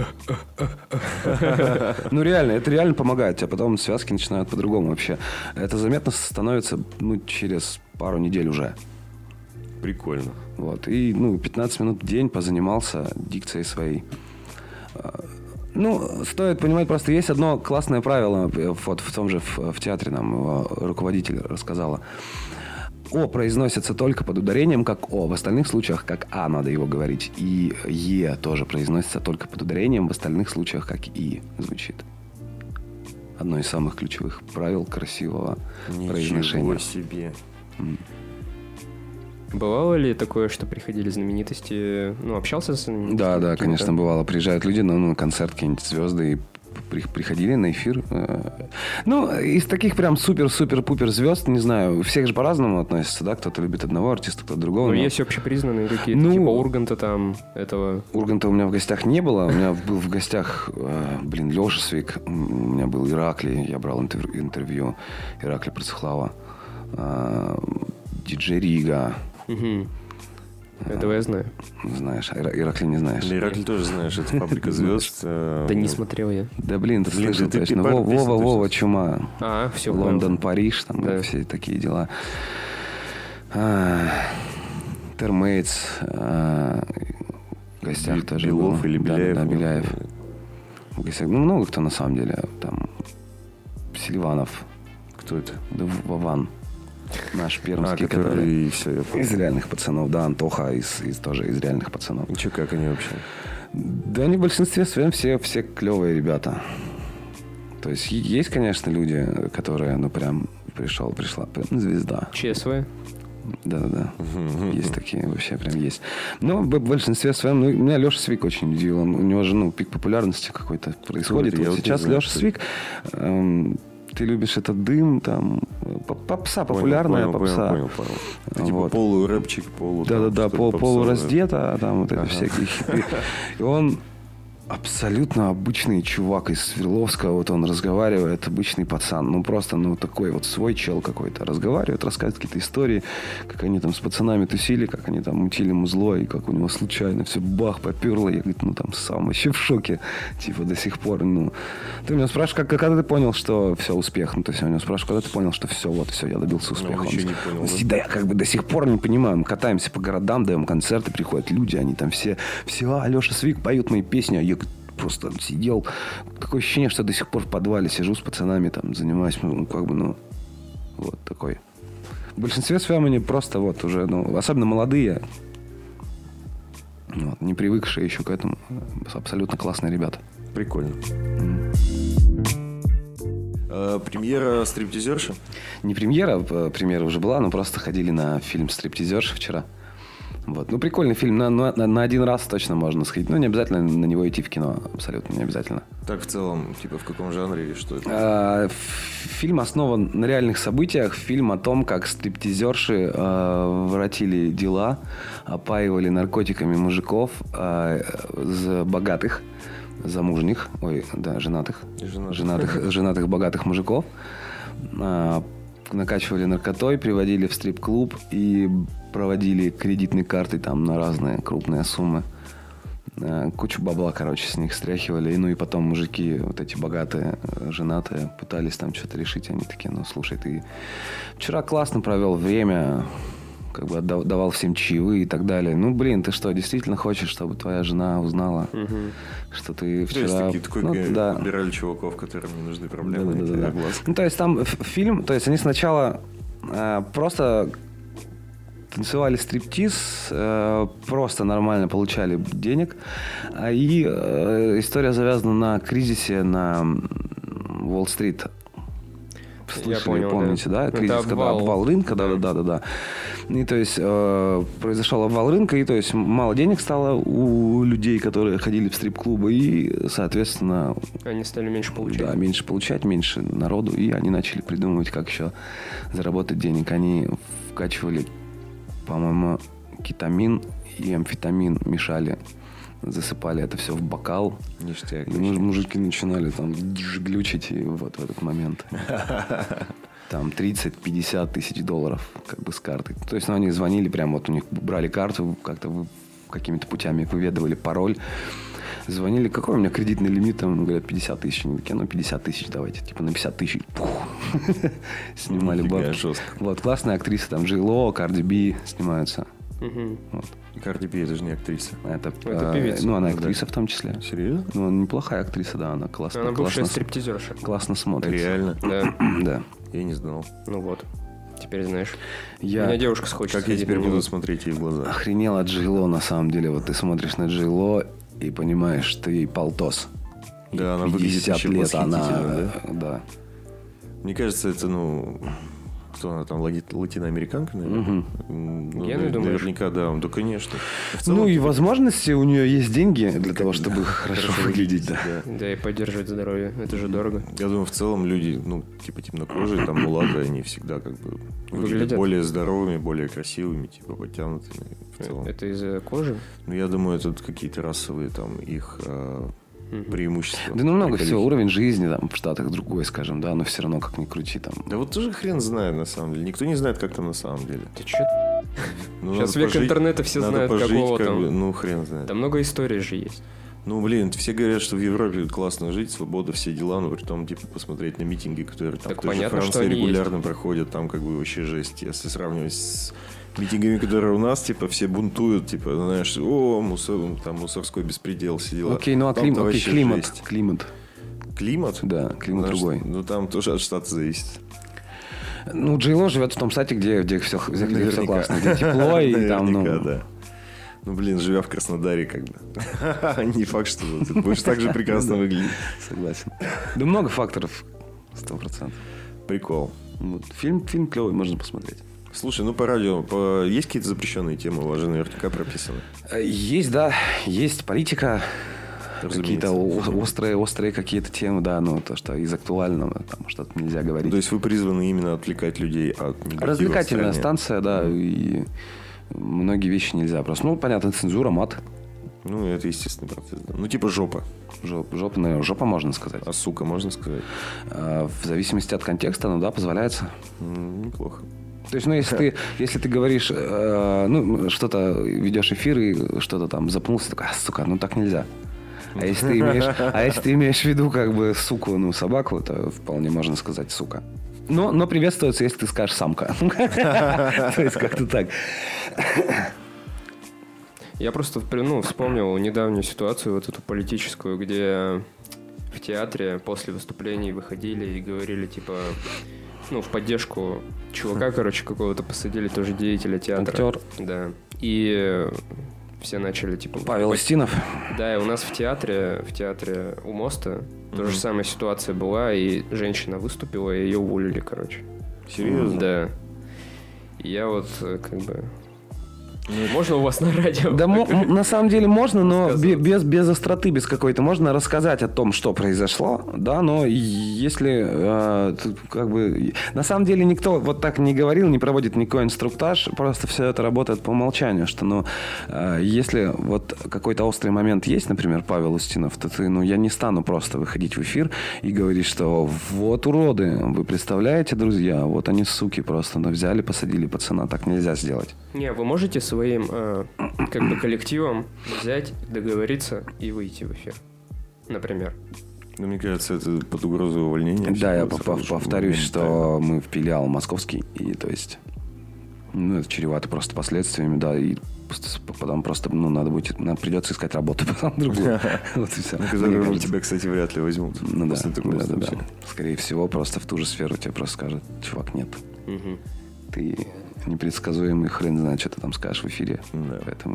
Ну, реально, это реально помогает. А потом связки начинают по-другому вообще. Это заметно становится, ну, через пару недель уже. Прикольно. Вот. И, ну, пятнадцать минут в день позанимался дикцией своей. Ну, стоит понимать, просто есть одно классное правило, вот в том же в, в театре нам его руководитель рассказала. О произносится только под ударением, как О. В остальных случаях, как А надо его говорить. И Е тоже произносится только под ударением, в остальных случаях, как И звучит. Одно из самых ключевых правил красивого Ничего произношения. себе. Бывало ли такое, что приходили знаменитости? Ну, общался с знаменитостями? Да, да, какими-то? конечно, бывало. Приезжают люди на, ну, на концерт, какие-нибудь звезды, и при- приходили на эфир. Ну, из таких прям супер-супер-пупер звезд, не знаю, у всех же по-разному относятся, да? Кто-то любит одного артиста, кто-то другого. Ну, но- есть общепризнанные какие-то, Ну, типа Урганта там, этого... Урганта у меня в гостях не было. У меня был в гостях, э, блин, Леша Свик. У меня был Ираклий. Я брал интервью, интервью Ираклия Процехлава. Э, диджей Рига. Угу. Этого я знаю. Знаешь, а Ира- Ираклий не знаешь. Да, Ираклий тоже знаешь, это фабрика звезд. э, Да не смотрел я. Да блин, ты Блин, слышал ты- ты точно. пару Во- песен Вова, точно Вова, слышал. Чума. А, все, Лондон, Париж, там Да. все такие дела. А, Термейтс. а, В гостях Бе- тоже Белов был. или Да, Беляев. Да, да, Беляев. В гостях. Ну, много кто на самом деле. Там Селиванов. Кто это? Да, Вован. Наш А, пермский, который... который... Все, я понял. Из реальных пацанов, да, Антоха из, из тоже из реальных пацанов. И что, как они вообще? Да, они в большинстве своем все, все клевые ребята. То есть е- есть, конечно, люди, которые, ну, прям пришел, пришла, прям звезда. ЧСВ. Да-да-да. Есть такие, вообще прям есть. Но в в большинстве своем, ну, меня Леша Свик очень удивил. Он- У него же, ну, пик популярности какой-то происходит. это? Я Вот вот не сейчас знаю, Леша что Свик, эм, ты любишь этот дым, там, поп- попса, Понял, популярная понял, попса. Понял, понял, понял. Это типа Вот. полурэпчик, полу... там Да-да-да, что-то пол, попсовое. полураздета, там вот эти Ага. всякие хиты. И он абсолютно обычный чувак из Свердловска. Вот он разговаривает, обычный пацан. Ну, просто, ну, такой вот свой чел какой-то. Разговаривает, рассказывает какие-то истории, как они там с пацанами тусили, как они там мутили музло, и как у него случайно все бах поперло. Я, говорит, ну, там сам вообще в шоке. Типа, до сих пор, ну... Ты меня спрашиваешь, как, когда ты понял, что все, успех? Ну, то есть я у него спрашиваю, когда ты понял, что все, вот, все, я добился Ну, он успеха. еще Он- не понял, он да? да, я как бы до сих пор не понимаю. Мы катаемся по городам, даем концерты, приходят люди, они там все, все, а, Леша Свик поет мои песни, а я просто там сидел. Такое ощущение, что до сих пор в подвале сижу с пацанами, там, занимаюсь, ну, как бы, ну, вот такой. В большинстве своем они просто вот уже, ну, особенно молодые, вот, не привыкшие еще к этому, абсолютно классные ребята. Прикольно. А, премьера «Стриптизерши»? Не премьера, э, премьера уже была, но просто ходили на фильм «Стриптизерши» вчера. Вот. Ну, прикольный фильм. На, на, на один раз точно можно сходить. Ну, не обязательно на него идти в кино. Абсолютно не обязательно. Так, в целом, типа, в каком жанре или что это? А, ф- фильм основан на реальных событиях. Фильм о том, как стриптизерши а, воротили дела, опаивали наркотиками мужиков а, з- богатых, замужних, ой, да, женатых, И женатых. женатых, женатых богатых мужиков. А, накачивали наркотой, приводили в стрип-клуб и проводили кредитные карты там на разные крупные суммы. Э, Кучу бабла, короче, с них стряхивали. И, ну и потом мужики, вот эти богатые, э, женатые, пытались там что-то решить. Они такие, ну слушай, ты вчера классно провел время, как бы отдав- давал всем чаевые и так далее. Ну, блин, ты что, действительно хочешь, чтобы твоя жена узнала, Мгм. что ты То есть вчера... такие, такой, Ну, э, да. убирали чуваков, которым не нужны проблемы. Да-да-да-да. эти огласки. Ну, то есть там ф- фильм, то есть они сначала э, просто танцевали стриптиз, э, просто нормально получали денег, а и э, история завязана на кризисе на м, Уолл-стрит. Слышали, понял, помните, да? да. Кризис, Это когда обвал. обвал рынка, да, да, да, да, да. И то есть э, произошел обвал рынка, и то есть мало денег стало у людей, которые ходили в стрип-клубы, и, соответственно, Они стали меньше получать. да, меньше получать, меньше народу. И они начали придумывать, как еще заработать денег. Они вкачивали, по-моему, кетамин и амфетамин, мешали, засыпали это все в бокал. Ништяк. И муж- мужики начинали там дж- глючить, и вот в этот момент. Там тридцать-пятьдесят тысяч долларов как бы с карты. То есть, ну, они звонили прям, вот у них брали карту, как-то вы- какими-то путями выведывали пароль. Звонили, какой у меня кредитный лимит? Там, ну, говорят, пятьдесят тысяч. Они такие, ну, пятьдесят тысяч давайте. Типа на пятьдесят тысяч. Пух. Снимали Нифига, бабки. жестко. Вот, классные актрисы. Там Джей Ло, Карди Би снимаются. Мгм. Вот. И Карди Би, это же не актриса. Это, Это э, певица. Ну, она Ну, да. актриса в том числе. Серьезно? Ну, она неплохая актриса, да, она классно, Она бывшая классно, стриптизерша. классно смотрится. Реально? Да. Да. Я не знал. Ну вот. Теперь знаешь. У Я меня девушка хочет Как я сходить теперь на него. буду смотреть ей в глаза? охренел от Джейло, на самом деле. Вот ты смотришь на Джейло и понимаешь, что ей полтос. Да, она В выглядит пятьдесят вообще лет она... восхитительно, да? Да. Мне кажется, это, ну... Кто она там, лати- латиноамериканка, наверное? Мгм. М, Ну, Гены, да, думаешь? наверняка, да. Да, конечно. В целом, Ну и типа, возможности у нее есть деньги для того, чтобы хорошо выглядеть. Да. да. Да, и поддерживать здоровье. Это же дорого. Я думаю, в целом люди, ну, типа темнокожие, там, мулаты, они всегда как бы выглядят Выглядят. более здоровыми, более красивыми, типа подтянутыми в целом. Это из-за кожи? Ну, я думаю, это какие-то расовые там их э, Мгм. преимущества. Да ну много Приколюхи. всего. Уровень жизни там в Штатах другой, скажем, да, но все равно как ни крути там. Да вот тоже хрен знает, на самом деле. Никто не знает, как там на самом деле. Ты чё? Ну, Сейчас надо век пожить- интернета, все надо знают, пожить, какого как там. бы, ну, хрен знает. Там много историй же есть. Ну, блин, все говорят, что в Европе классно жить, свобода, все дела, но при том, типа, посмотреть на митинги, которые там Так в той же понятно, что Франции они регулярно проходят, там как бы вообще жесть. Если сравнивать с митингами, которые у нас, типа, все бунтуют, типа, знаешь, о, мусор, там мусорской беспредел, все дела. Окей, ну а Там-то клим- окей, вообще климат, жесть. климат. Климат? Да, климат Знаешь, другой. Ну, там тоже от штата зависит. Ну, Джейло живет в том штате, где, где все, где все Наверняка. классно, где тепло и там, ну... Наверняка, да. Ну, блин, живя в Краснодаре, как бы. Не факт, что ты будешь так же прекрасно выглядеть. Согласен. Да много факторов, сто процентов. Прикол. Вот. Фильм, фильм клевый, можно посмотреть. Слушай, ну по радио, по... есть какие-то запрещенные темы у вас же наверняка прописаны? Э, Есть, да, есть политика, Разумеется. какие-то о- острые, острые какие-то темы, да, ну, то, что из актуального, там, что-то нельзя говорить. То есть вы призваны именно отвлекать людей от негатива в Развлекательная стране? станция, да, и многие вещи нельзя просто. Ну, понятно, цензура, мат, Ну, это естественный процесс. Да. Ну, типа жопа. жоп- жопа, наверное, жопа можно сказать. А сука, можно сказать? А в зависимости от контекста, ну, да, позволяется. М, Неплохо. То есть, ну, если ты, если ты говоришь, э, ну, что-то ведешь эфир и что-то там запнулся, такой, а, сука, ну так нельзя. А если ты имеешь, а если ты имеешь в виду, как бы, суку, ну, собаку, то вполне можно сказать сука. Но, но приветствуется, если ты скажешь самка. То есть, как-то так. Я просто ну, вспомнил недавнюю ситуацию, вот эту политическую, где в театре после выступлений выходили и говорили, типа, ну, в поддержку чувака, короче, какого-то посадили, тоже деятеля театра. Актер. Да. И все начали, типа... Павел под- Устинов. Да, и у нас в театре, в театре у моста та же самая ситуация была, и женщина выступила, и ее уволили, короче. Серьезно? Да. И я вот, э, как бы... Можно у вас на радио? Да, мо- м, на самом деле можно, но бе- Рассказывать. без, без остроты, без какой-то. Можно рассказать о том, что произошло, да, но если э, тут как бы... На самом деле никто вот так не говорил, не проводит никакой инструктаж, просто все это работает по умолчанию, что, ну, э, если вот какой-то острый момент есть, например, Павел Устинов, то ты, ну, я не стану просто выходить в эфир и говорить, что вот уроды, вы представляете, друзья, вот они суки просто, ну, взяли, посадили пацана, так нельзя сделать. Не, вы можете своим э, как бы коллективом взять, договориться и выйти в эфир, например. Ну, мне кажется, это под угрозой увольнения. Да, я всего пов- сразу пов- же повторюсь, моментально. что мы в филиал московский, и то есть, ну, это чревато просто последствиями, да, и просто- потом просто, ну, надо будет, нам придется искать работу потом другую. Вот и все. На которую тебя, кстати, вряд ли возьмут. Ну да, после такого да, да, да. случая. Скорее всего, просто в ту же сферу тебе просто скажут, чувак, нет, Мгм. ты непредсказуемый, хрен знает, что ты там скажешь в эфире. Да. Поэтому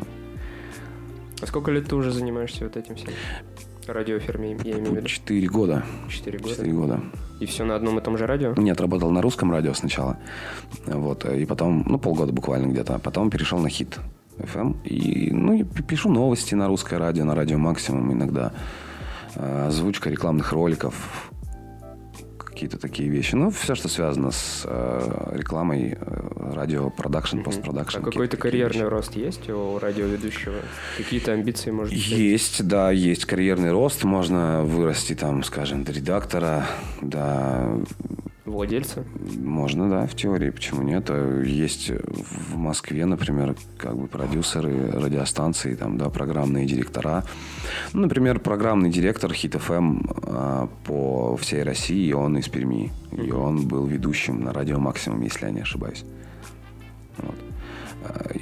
А сколько лет ты уже занимаешься вот этим всем? Радиоэфир, я имею в виду. четыре года. Четыре года. Четыре года. И все на одном и том же радио? Нет, работал на русском радио сначала. Вот, и потом, ну, полгода буквально где-то. А потом перешел на хит эф эм. И, ну, и пишу новости на русское радио, на радио Максимум иногда. А, Озвучка рекламных роликов. Какие-то такие вещи. Ну, все, что связано с э, рекламой, э, радио, продакшн, постпродакшн. А какие-то какой-то такие карьерный вещи. рост есть у радиоведущего? Какие-то амбиции, может быть? Есть, да, есть карьерный рост. Можно вырасти, там, скажем, до редактора, до... Владельца? Можно, да, в теории, почему нет. Есть в Москве, например, как бы продюсеры радиостанций, там, да, программные директора. Ну, например, программный директор Хит эф эм а, по всей России, он из Перми. И он был ведущим на радио Максимум, если я не ошибаюсь. Вот. А, И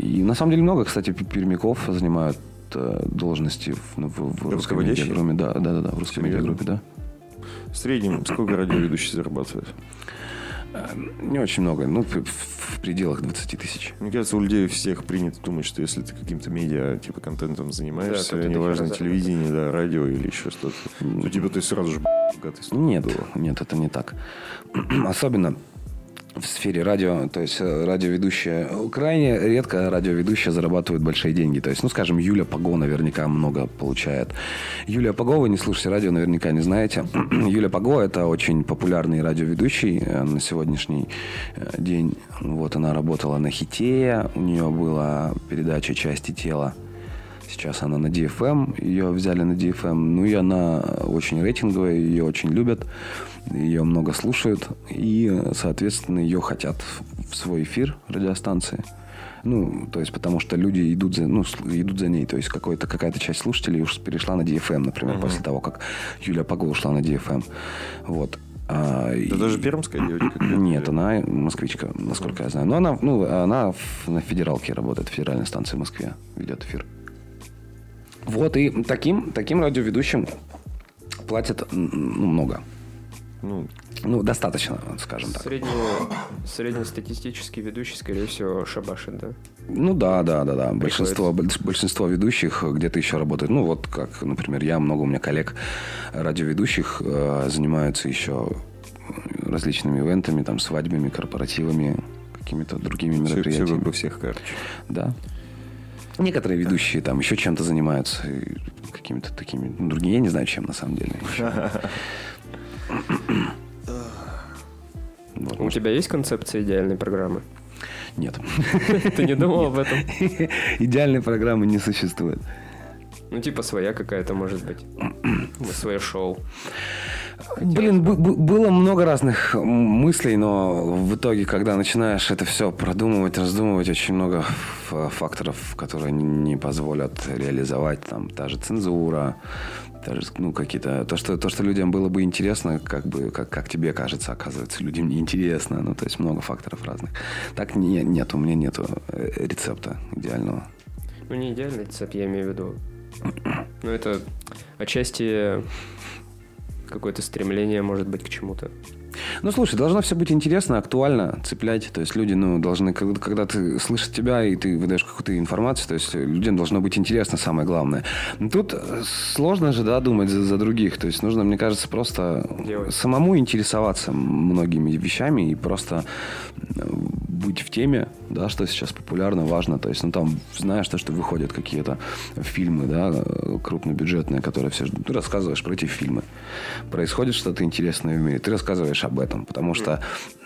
И на самом деле много, кстати, пермяков занимают э, должности в, ну, в, в русской медиагруппе. Да, да, да, да, в русской медиагруппе, да. В среднем сколько радиоведущий зарабатывает? Не очень много, ну, в, в пределах двадцать тысяч. Мне кажется, у людей всех принято думать, что если ты каким-то медиа, типа, контентом занимаешься, да, неважно, телевидение, да, радио или еще что-то, то, типа, ты сразу же богатый. Нет, нет, это не так. Особенно в сфере радио, то есть радиоведущая, крайне редко радиоведущая зарабатывает большие деньги. То есть, ну, скажем, Юля Паго наверняка много получает. Юлия Паго, вы не слушаете радио, наверняка не знаете. Юлия Паго – это очень популярный радиоведущий на сегодняшний день. Вот она работала на Хите, у нее была передача «Части тела». Сейчас она на ди эф эм, ее взяли на ди эф эм. Ну и она очень рейтинговая, ее очень любят, ее много слушают. И, соответственно, ее хотят в свой эфир радиостанции. Ну, то есть, потому что люди идут за, ну, идут за ней. То есть, какой-то, какая-то часть слушателей уж перешла на ди эф эм, например, uh-huh. после того, как Юлия Паго ушла на ди эф эм. Вот. А, Это и... даже пермская девочка? Нет, она москвичка, насколько я знаю. Но она, ну, она в, на федералке работает, в федеральной станции в Москве ведет эфир. Вот, и таким, таким радиоведущим платят, ну, много. Ну, ну, достаточно, скажем так. Средний, среднестатистический ведущий, скорее всего, шабашит, да? Ну, да, да, да, да. Большинство, большинство ведущих где-то еще работают. Ну, вот как, например, я, много у меня коллег радиоведущих э, занимаются еще различными ивентами, там, свадьбами, корпоративами, какими-то другими мероприятиями. Все, все как бы всех, короче. Да. Некоторые ведущие там еще чем-то занимаются, какими-то такими, ну, другие, я не знаю, чем на самом деле. Вот, у тебя есть концепция идеальной программы? Нет. Ты не думал об этом? Идеальной программы не существует. Ну, типа своя какая-то, может быть. Свое шоу. Блин, б- б- было много разных мыслей, но в итоге, когда начинаешь это все продумывать, раздумывать, очень много ф- факторов, которые не позволят реализовать. Там та же цензура, та же, ну, какие-то... То что, то, что людям было бы интересно, как бы, как, как тебе кажется, оказывается, людям неинтересно. Ну, то есть много факторов разных. Так не, нет, у меня нету рецепта идеального. Ну, не идеальный рецепт, я имею в виду. Ну, это отчасти... какое-то стремление, может быть, к чему-то. Ну, слушай, должно все быть интересно, актуально, цеплять. То есть люди, ну, должны, когда, когда ты слышишь тебя, и ты выдаешь какую-то информацию, то есть людям должно быть интересно, самое главное. Тут сложно же, да, думать за, за других. То есть нужно, мне кажется, просто делать. Самому интересоваться многими вещами и просто быть в теме, да, что сейчас популярно, важно. То есть, ну, там, знаешь, то, что выходят какие-то фильмы, да, крупнобюджетные, которые все ждут. Ты рассказываешь про эти фильмы. Происходит что-то интересное в мире. Ты рассказываешь об этом, потому что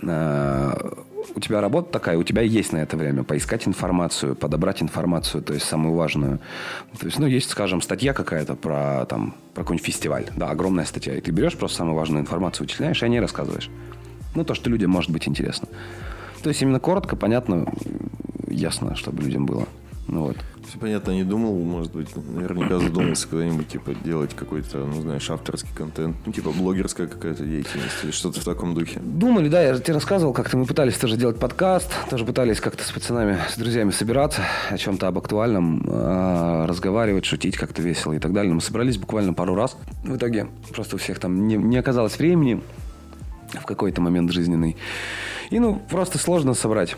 э, у тебя работа такая, у тебя есть на это время поискать информацию, подобрать информацию, то есть самую важную. То есть, ну, есть, скажем, статья какая-то про, там, про какой-нибудь фестиваль, да, огромная статья, и ты берешь просто самую важную информацию, вычисляешь, и о ней рассказываешь. Ну, то, что людям может быть интересно. То есть именно коротко, понятно, ясно, чтобы людям было. Ну, вот. Все понятно, не думал, может быть, наверняка задумался когда-нибудь, типа, делать какой-то, ну, знаешь, авторский контент, ну, типа, блогерская какая-то деятельность или что-то в таком духе. Думали, да, я же тебе рассказывал, как-то мы пытались тоже делать подкаст, тоже пытались как-то с пацанами, с друзьями собираться, о чем-то об актуальном, разговаривать, шутить как-то весело и так далее. Мы собрались буквально пару раз. В итоге просто у всех там не, не оказалось времени в какой-то момент жизненный. И, ну, просто сложно собрать.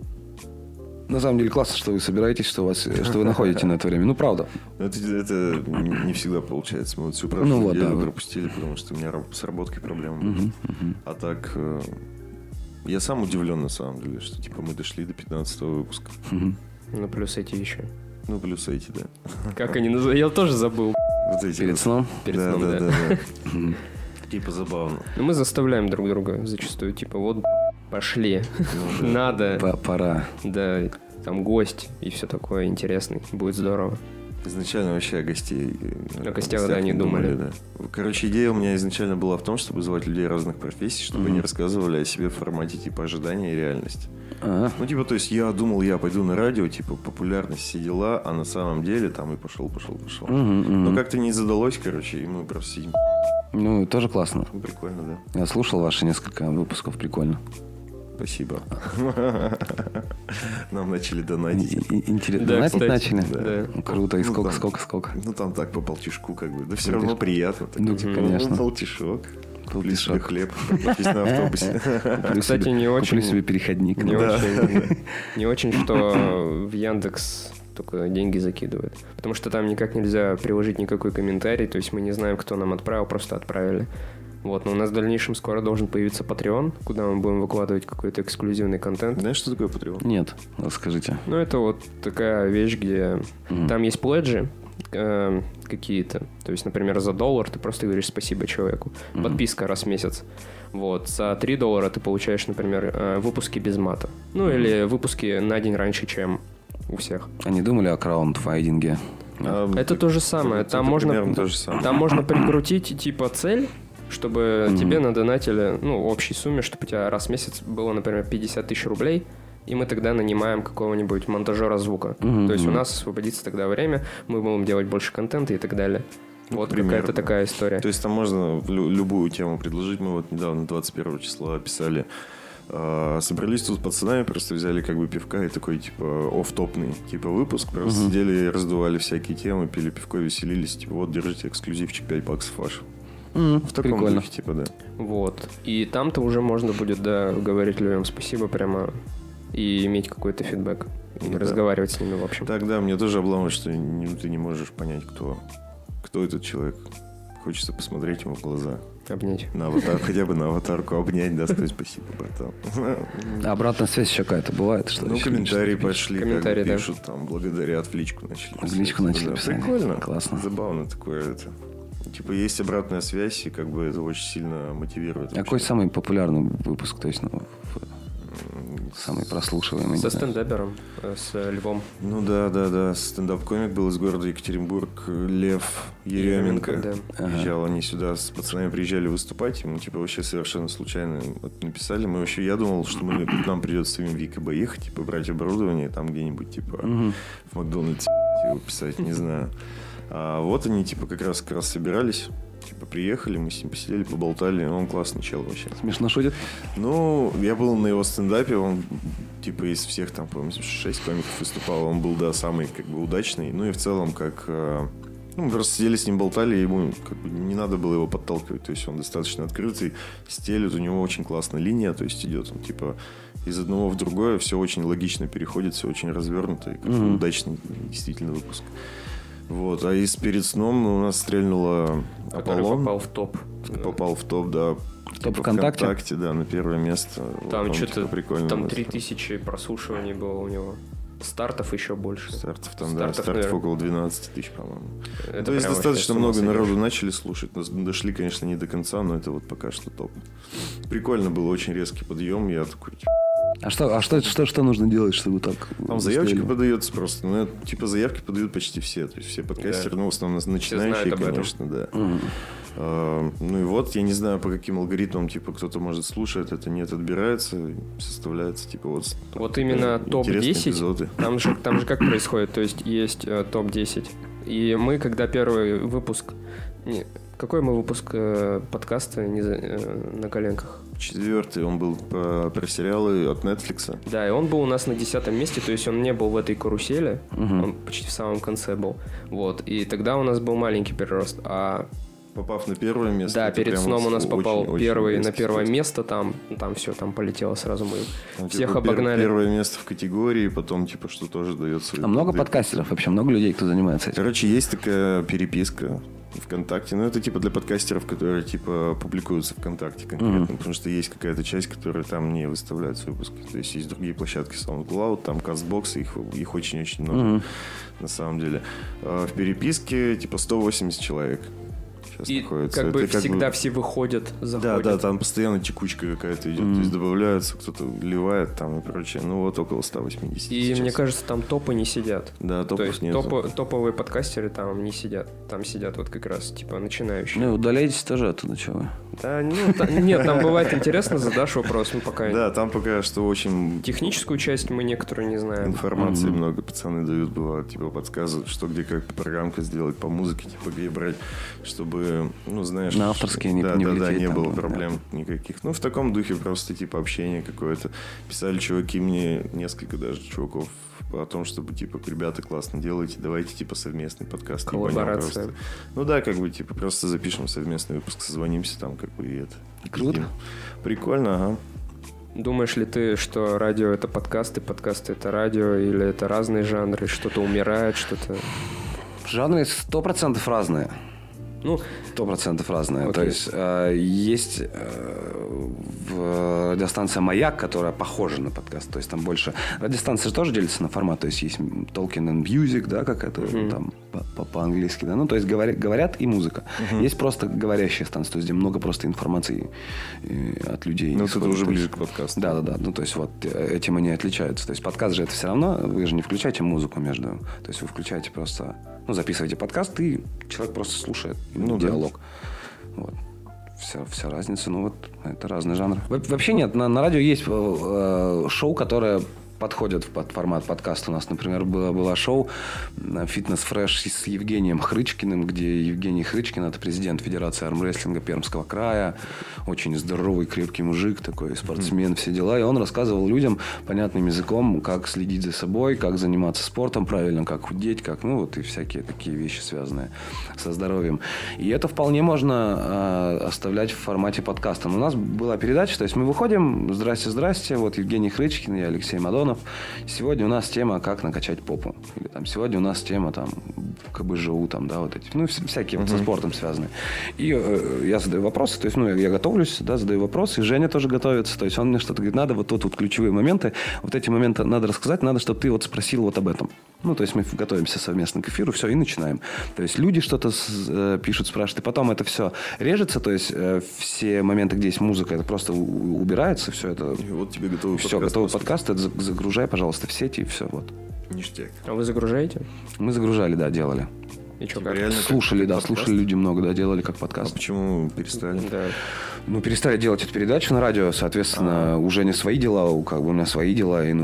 На самом деле классно, что вы собираетесь, что, у вас, что вы находите на это время. Ну, правда. Это, это не всегда получается. Мы вот всю прошлую ну, вот, неделю да, пропустили, потому что у меня с работкой проблемы были. Uh-huh, uh-huh. А так, я сам удивлен, на самом деле, что типа мы дошли до пятнадцатого выпуска. Uh-huh. Ну, плюс эти еще. Ну, плюс эти, да. Как они называют? Я тоже забыл. Вот эти Перед вот. сном? Перед да, сном, да. да. да, да. Типа забавно. Но мы заставляем друг друга зачастую. Типа, вот, пошли. Ну, да. Надо. Пора. Да, там гость и все такое интересный. Будет здорово. Изначально вообще о гостей. О гостях, да, не думали. Да. Короче, идея у меня изначально была в том, чтобы звать людей разных профессий, чтобы Mm-hmm. они рассказывали о себе в формате типа ожидания и реальности. А-а. Ну, типа, то есть я думал, я пойду на радио, типа, популярность, все дела, а на самом деле там и пошел, пошел, пошел. Mm-hmm, mm-hmm. Но как-то не задалось, короче, и мы просто сидим. Ну, тоже классно. Ну, прикольно, да. Я слушал ваши несколько выпусков, прикольно. Спасибо. Нам начали донатить. Интересно, Да, донатить кстати, начали? да. Круто. И Ну, сколько, там- сколько, сколько? Ну, там так по полтишку, как бы. Да все равно приятно. Так, Ну, типа, конечно. ну, полтишок. Купли себе Полтишок. хлеб. Прокатись на автобусе. Куплю Кстати, себе- не очень- Куплю себе переходник. Не, Да. очень, не очень, что в Яндекс только деньги закидывают. Потому что там никак нельзя приложить никакой комментарий, то есть мы не знаем, кто нам отправил, просто отправили. Вот, но у нас в дальнейшем скоро должен появиться Patreon, куда мы будем выкладывать какой-то эксклюзивный контент. Знаешь, что такое Patreon? Нет, расскажите. Ну, это вот такая вещь, где Мгм. там есть пледжи э, какие-то. То есть, например, за доллар ты просто говоришь спасибо человеку. Мгм. Подписка раз в месяц. Вот. За три доллара ты получаешь, например, э, выпуски без мата. Ну, или выпуски на день раньше, чем у всех. Они думали о краундфайдинге? А, Это так- то же самое. это Там можно, примерно то же самое. там можно прикрутить типа цель, чтобы Мгм. тебе надонатили, ну, в общей сумме, чтобы у тебя раз в месяц было, например, пятьдесят тысяч рублей, и мы тогда нанимаем какого-нибудь монтажера звука. Мгм. То есть у нас освободится тогда время, мы будем делать больше контента и так далее. Ну, Вот примерно. какая-то такая история. То есть там можно лю- любую тему предложить. Мы вот недавно, двадцать первого числа, писали. а, Собрались тут с пацанами, просто взяли как бы пивка и такой, типа, офф-топный, типа, выпуск. Просто Мгм. сидели, раздували всякие темы, пили пивко, веселились. Типа, вот, держите эксклюзивчик, пять баксов ваш. М, В таком Прикольно. духе, типа, да. Вот. И там-то уже можно будет, да, говорить людям спасибо прямо и иметь какой-то фидбэк. И Ну да. разговаривать с ними, в общем. Так, да, мне тоже обламывает, что не- ты не можешь понять, кто, кто этот человек. Хочется посмотреть ему в глаза. Обнять. На аватар, хотя бы на аватарку обнять, да, сказать спасибо, братан. А обратная связь еще какая-то бывает? Что Ну, еще комментарии что-то пошли, Комментарии, как бы да. пишут, там, благодарят, в личку начали В писать. личку начали Да, писать. Прикольно. Классно. Забавно такое это. Типа, есть обратная связь, и как бы это очень сильно мотивирует. А какой вообще. самый популярный выпуск, то есть, ну, в- М, самый прослушиваемый? Со не знаю. стендапером, э, с э, Львом. Ну да, да, да. Стендап-комик был из города Екатеринбург, Лев Еременко. Да. Ага. Приезжал, они сюда с пацанами приезжали выступать, ему типа вообще совершенно случайно вот написали. Мы вообще, я думал, что мы, нам придется с ними в ВКБ ехать, типа брать оборудование, там где-нибудь типа Мгм. в Макдональдсе его писать, не знаю. А вот они типа как раз как раз собирались, типа приехали, мы с ним посидели, поболтали, он классный чел вообще. Смешно шутит? Ну, я был на его стендапе, он типа из всех там, по-моему, шесть комиков выступал, он был, да, самый как бы удачный. Ну и в целом, как... э, Ну, мы просто сидели с ним, болтали, и ему как бы не надо было его подталкивать. То есть он достаточно открытый, стелит, у него очень классная линия, то есть идет он типа из одного в другое, все очень логично переходит, все очень развернуто, и как бы Мгм. удачный действительно выпуск. Вот, а из «Перед сном» у нас стрельнула Который Аполлон. попал в топ. Попал в топ, да. Топ Типа ВКонтакте? ВКонтакте, да, на первое место. Там Вот он, что-то, типа, прикольно. там нас- три тысячи прослушиваний было у него. Стартов еще больше. Стартов там, да, Стартов, стартов наверное. около двенадцать тысяч, по-моему. Это То есть прям достаточно вообще с ума много сойдешь. народу начали слушать. Нас дошли, конечно, не до конца, но это вот пока что топ. Прикольно было, очень резкий подъем. Я такой, типа, А что, а что, что, что нужно делать, чтобы так... там заявочка выстрелили? подается просто. Ну, это, типа, заявки подают почти все. То есть все подкастеры, ну, в основном начинающие, знают об этом. конечно, да. Мгм. А, ну и вот, я не знаю, по каким алгоритмам, типа, кто-то, может, слушает, это нет, отбирается, составляется, типа, вот... Вот именно интересные топ десять, эпизоды. там же, там же как происходит, то есть есть э, топ десять. И мы, когда первый выпуск... Не, какой мы выпуск э, подкаста не за- э, на коленках? Четвертый, он был про, про сериалы от Netflix. Да, и он был у нас на десятом месте, то есть он не был в этой карусели, Мгм. он почти в самом конце был. Вот, и тогда у нас был маленький прирост, а Попав на первое место. да, это перед прям сном у вот нас очень- попал очень первый на резкий первое спуск. место, там, там все, там полетело сразу мы. Там, всех типа, пер- обогнали. Первое место в категории, потом, типа, что тоже дается. А много подкастеров вообще, много людей, кто занимается этим? Короче, есть такая переписка ВКонтакте. Ну, это типа для подкастеров, которые типа публикуются ВКонтакте конкретно. Мгм. Потому что есть какая-то часть, которая там не выставляет свои выпуски. То есть есть другие площадки SoundCloud, там CastBox, их, их очень-очень много Мгм. на самом деле. А в переписке типа сто восемьдесят человек сейчас И находится. как бы Это всегда все выходят, Да, заходят. да, там постоянно текучка какая-то идет. Мгм. То есть добавляются, кто-то вливает там и прочее. Ну, вот около ста восьмидесяти И сейчас. мне кажется, там топы не сидят. Да, То топов есть нет. топо- топовые подкастеры там не сидят. Там сидят вот как раз типа начинающие. Ну, удаляйтесь тоже оттуда, чего вы. Да, ну, та- нет, там бывает интересно, задашь вопрос, мы пока Да, там пока что очень техническую часть мы некоторую не знаем. информации Мгм. много пацаны дают, бывают, типа подсказывают, что где как программка сделать по музыке, типа где брать, чтобы бы, ну, знаешь... На авторские не, да, не да, влететь. Да, не там, было да. проблем никаких. Ну, в таком духе просто, типа, общение какое-то. Писали чуваки мне, несколько даже чуваков, о том, чтобы, типа, ребята, классно делаете, давайте, типа, совместный подкаст. Коллаборация. Ну да, как бы, типа, просто запишем совместный выпуск, созвонимся там, как бы, и это. Круто. Прикольно, ага. Думаешь ли ты, что радио — это подкасты, подкасты — это радио, или это разные жанры, что-то умирает, что-то... Жанры сто процентов разные. Ну, Сто процентов разные. Окей. То есть э, есть э, в радиостанция «Маяк», которая похожа на подкаст. То есть там больше... Радиостанция же тоже делится на формат. То есть есть Talking and Music, да, как это Uh-huh. там по- по-английски. Да? Ну, то есть говоря, говорят и музыка. Uh-huh. Есть просто говорящая станция. То есть где много просто информации э, от людей. Ну, это исходит. уже То есть- ближе к подкасту. Да-да-да. Ну, то есть вот э, этим они отличаются. То есть подкаст же это все равно... Вы же не включаете музыку между... То есть вы включаете просто... Ну, записываете подкаст, и человек просто слушает Ну, да. диалог. Вот. Вся, вся разница. Ну, вот это разный жанр. Во- Вообще нет. На, на радио есть э, шоу, которое подходит под формат подкаста. У нас, например, было, было шоу «Фитнес Фреш» с Евгением Хрычкиным, где Евгений Хрычкин — это президент Федерации армрестлинга Пермского края. Очень здоровый, крепкий мужик, такой спортсмен, все дела. И он рассказывал людям понятным языком, как следить за собой, как заниматься спортом правильно, как худеть, как, ну, вот и всякие такие вещи, связанные со здоровьем. И это вполне можно э, оставлять в формате подкаста. Но у нас была передача, то есть мы выходим, здрасте-здрасте, вот Евгений Хрычкин и Алексей Мадонов. Сегодня у нас тема «Как накачать попу». Или там сегодня у нас тема там КБЖУ, там, да, вот эти, ну, вс- всякие вот со спортом связанные. И э, я задаю вопросы, то есть, ну, я, я готовлюсь, да, задаю вопросы, и Женя тоже готовится, то есть он мне что-то говорит, надо вот тут вот ключевые моменты, вот эти моменты надо рассказать, надо, чтобы ты вот спросил вот об этом. Ну, то есть мы готовимся совместно к эфиру, все, и начинаем. То есть люди что-то с- э, пишут, спрашивают, и потом это все режется, то есть э, все моменты, где есть музыка, это просто у- убирается, все это... И вот тебе готовый Все, подкаст. готовый по сути. подкаст, это за- загружай, пожалуйста, в сети, и все, вот. Ништяк. а вы загружаете? Мы загружали, да, делали. И что, Типа как? реально как- Слушали, как да, подкаст? слушали люди много, да, делали как А подкаст. почему перестали? Да. Ну, перестали делать эту передачу на радио, соответственно, уже не свои дела, у- как бы у меня свои дела, и ну...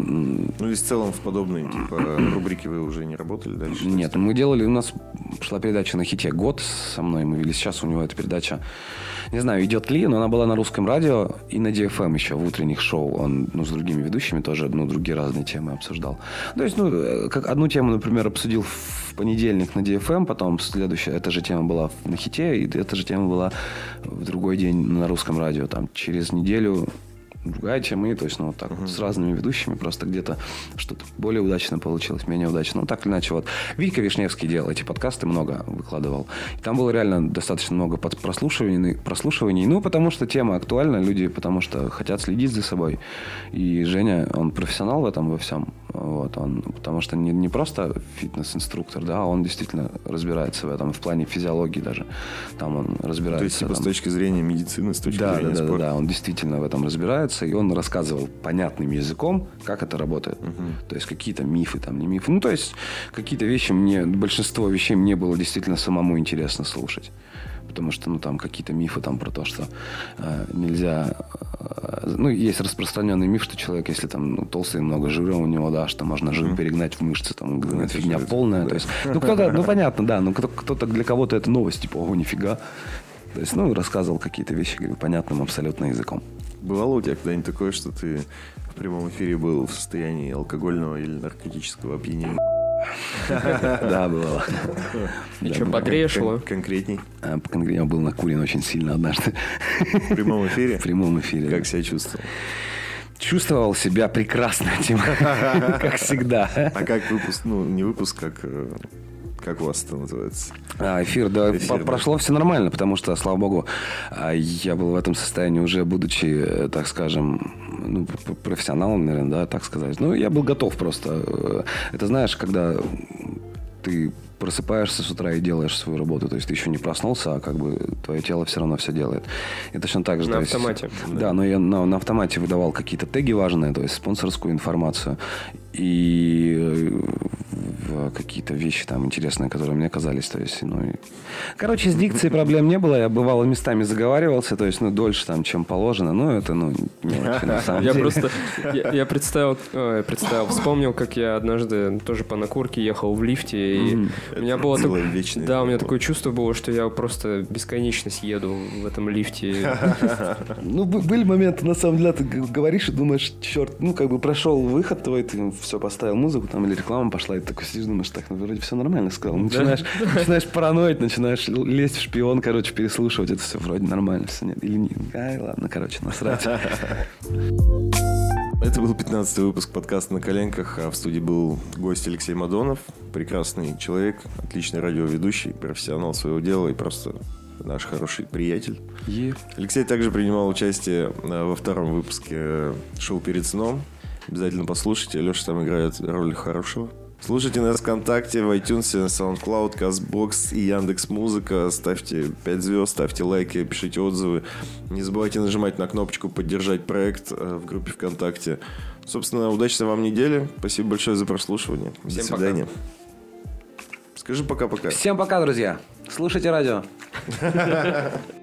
м, Ну и в целом в подобные типа рубрики вы уже не работали дальше? Нет, мы делали, у нас шла передача на Хите «Год» со мной, мы вели. Сейчас у него эта передача, не знаю, идет ли, но она была на русском радио и на ди эф эм еще в утренних шоу. Он, ну, с другими ведущими тоже, ну, другие разные темы обсуждал. То есть, ну, э, как одну тему, например, обсудил в понедельник на ди эф эм, потом следующая, эта же тема была на Хите, и эта же тема была в другой день на русском радио. Там через неделю другая тема, и то есть, ну, вот так вот, с разными ведущими, просто где-то что-то более удачно получилось, менее удачно. Ну, так или иначе, вот. Витька Вишневский делал эти подкасты, много выкладывал. И там было реально достаточно много под- прослушиваний, прослушиваний, ну, потому что тема актуальна, люди, потому что хотят следить за собой. И Женя, он профессионал в этом во всем. Вот, он, потому что не, не просто фитнес-инструктор, да, он действительно разбирается в этом, в плане физиологии даже. Там он разбирается. То есть, типа, там. с точки зрения медицины, с точки Да, зрения да, да, да, спорта. да, он действительно в этом разбирается, и он рассказывал понятным языком, как это работает. То есть какие-то мифы, там не мифы. Ну, то есть какие-то вещи мне, большинство вещей мне было действительно самому интересно слушать. Потому что, ну, там какие-то мифы там про то, что э, нельзя... Э, ну, есть распространенный миф, что человек, если там ну, толстый и много жира у него, да, что можно жир перегнать в мышцы, там, ну, это фигня полная. То есть, ну, кто-то, ну, понятно, да, но кто- кто-то, для кого-то это новость, типа, ого, нифига. То есть, ну, рассказывал какие-то вещи, говорю, понятным абсолютно языком. Бывало у тебя когда-нибудь такое, что ты в прямом эфире был в состоянии алкогольного или наркотического опьянения? Да, бывало. И Да, что, было. подрешло? Кон- Конкретней. А, конкретно я был накурен очень сильно однажды. В прямом эфире? В прямом эфире. Как себя чувствовал? Чувствовал себя прекрасно, Тима. Как всегда. А как выпуск, ну, не выпуск, как, э, как у вас это называется? А, эфир, да, Эфир, по- да. прошло все нормально, потому что, слава богу, а, я был в этом состоянии уже, будучи, э, так скажем, ну, п- профессионалом, наверное, да, так сказать. Ну, я был готов просто. Э, Это знаешь, когда ты просыпаешься с утра и делаешь свою работу, то есть ты еще не проснулся, а как бы твое тело все равно все делает. И точно так же. На то есть- автомате. Да, но я на, на автомате выдавал какие-то теги важные, то есть спонсорскую информацию. И в какие-то вещи там интересные, которые мне казались. То есть, ну, и... Короче, с дикцией проблем не было. Я, бывало, местами заговаривался, то есть, ну, дольше там, чем положено. Но это, ну, не очень, на самом я деле. Просто, я, я представил, ой, представил, вспомнил, как я однажды тоже по накурке ехал в лифте, и mm. у меня было так... Да, у меня такое чувство было, что я просто бесконечность еду в этом лифте. Ну, были моменты, на самом деле, ты говоришь и думаешь, черт, ну, как бы прошел выход твой, ты все поставил музыку, там, или реклама пошла, и ты такой сидишь, думаешь, так, ну, вроде все нормально сказал. Начинаешь, начинаешь параноить, начинаешь лезть в шпион, короче, переслушивать, это все вроде нормально, все нет. Или не, ай, ладно, короче, насрать. Это был пятнадцатый выпуск подкаста «На коленках», а в студии был гость Алексей Мадонов, прекрасный человек, отличный радиоведущий, профессионал своего дела и просто наш хороший приятель. Yeah. Алексей также принимал участие во втором выпуске шоу «Перед сном». Обязательно послушайте, Леша там играет роль хорошего. Слушайте нас ВКонтакте, в iTunes, SoundCloud, CastBox и Яндекс.Музыка. Ставьте пять звезд, ставьте лайки, пишите отзывы. Не забывайте нажимать на кнопочку «Поддержать проект» в группе ВКонтакте. Собственно, удачной вам недели. Спасибо большое за прослушивание. Всем До свидания. Пока. Скажи пока-пока. Всем пока, друзья. Слушайте радио.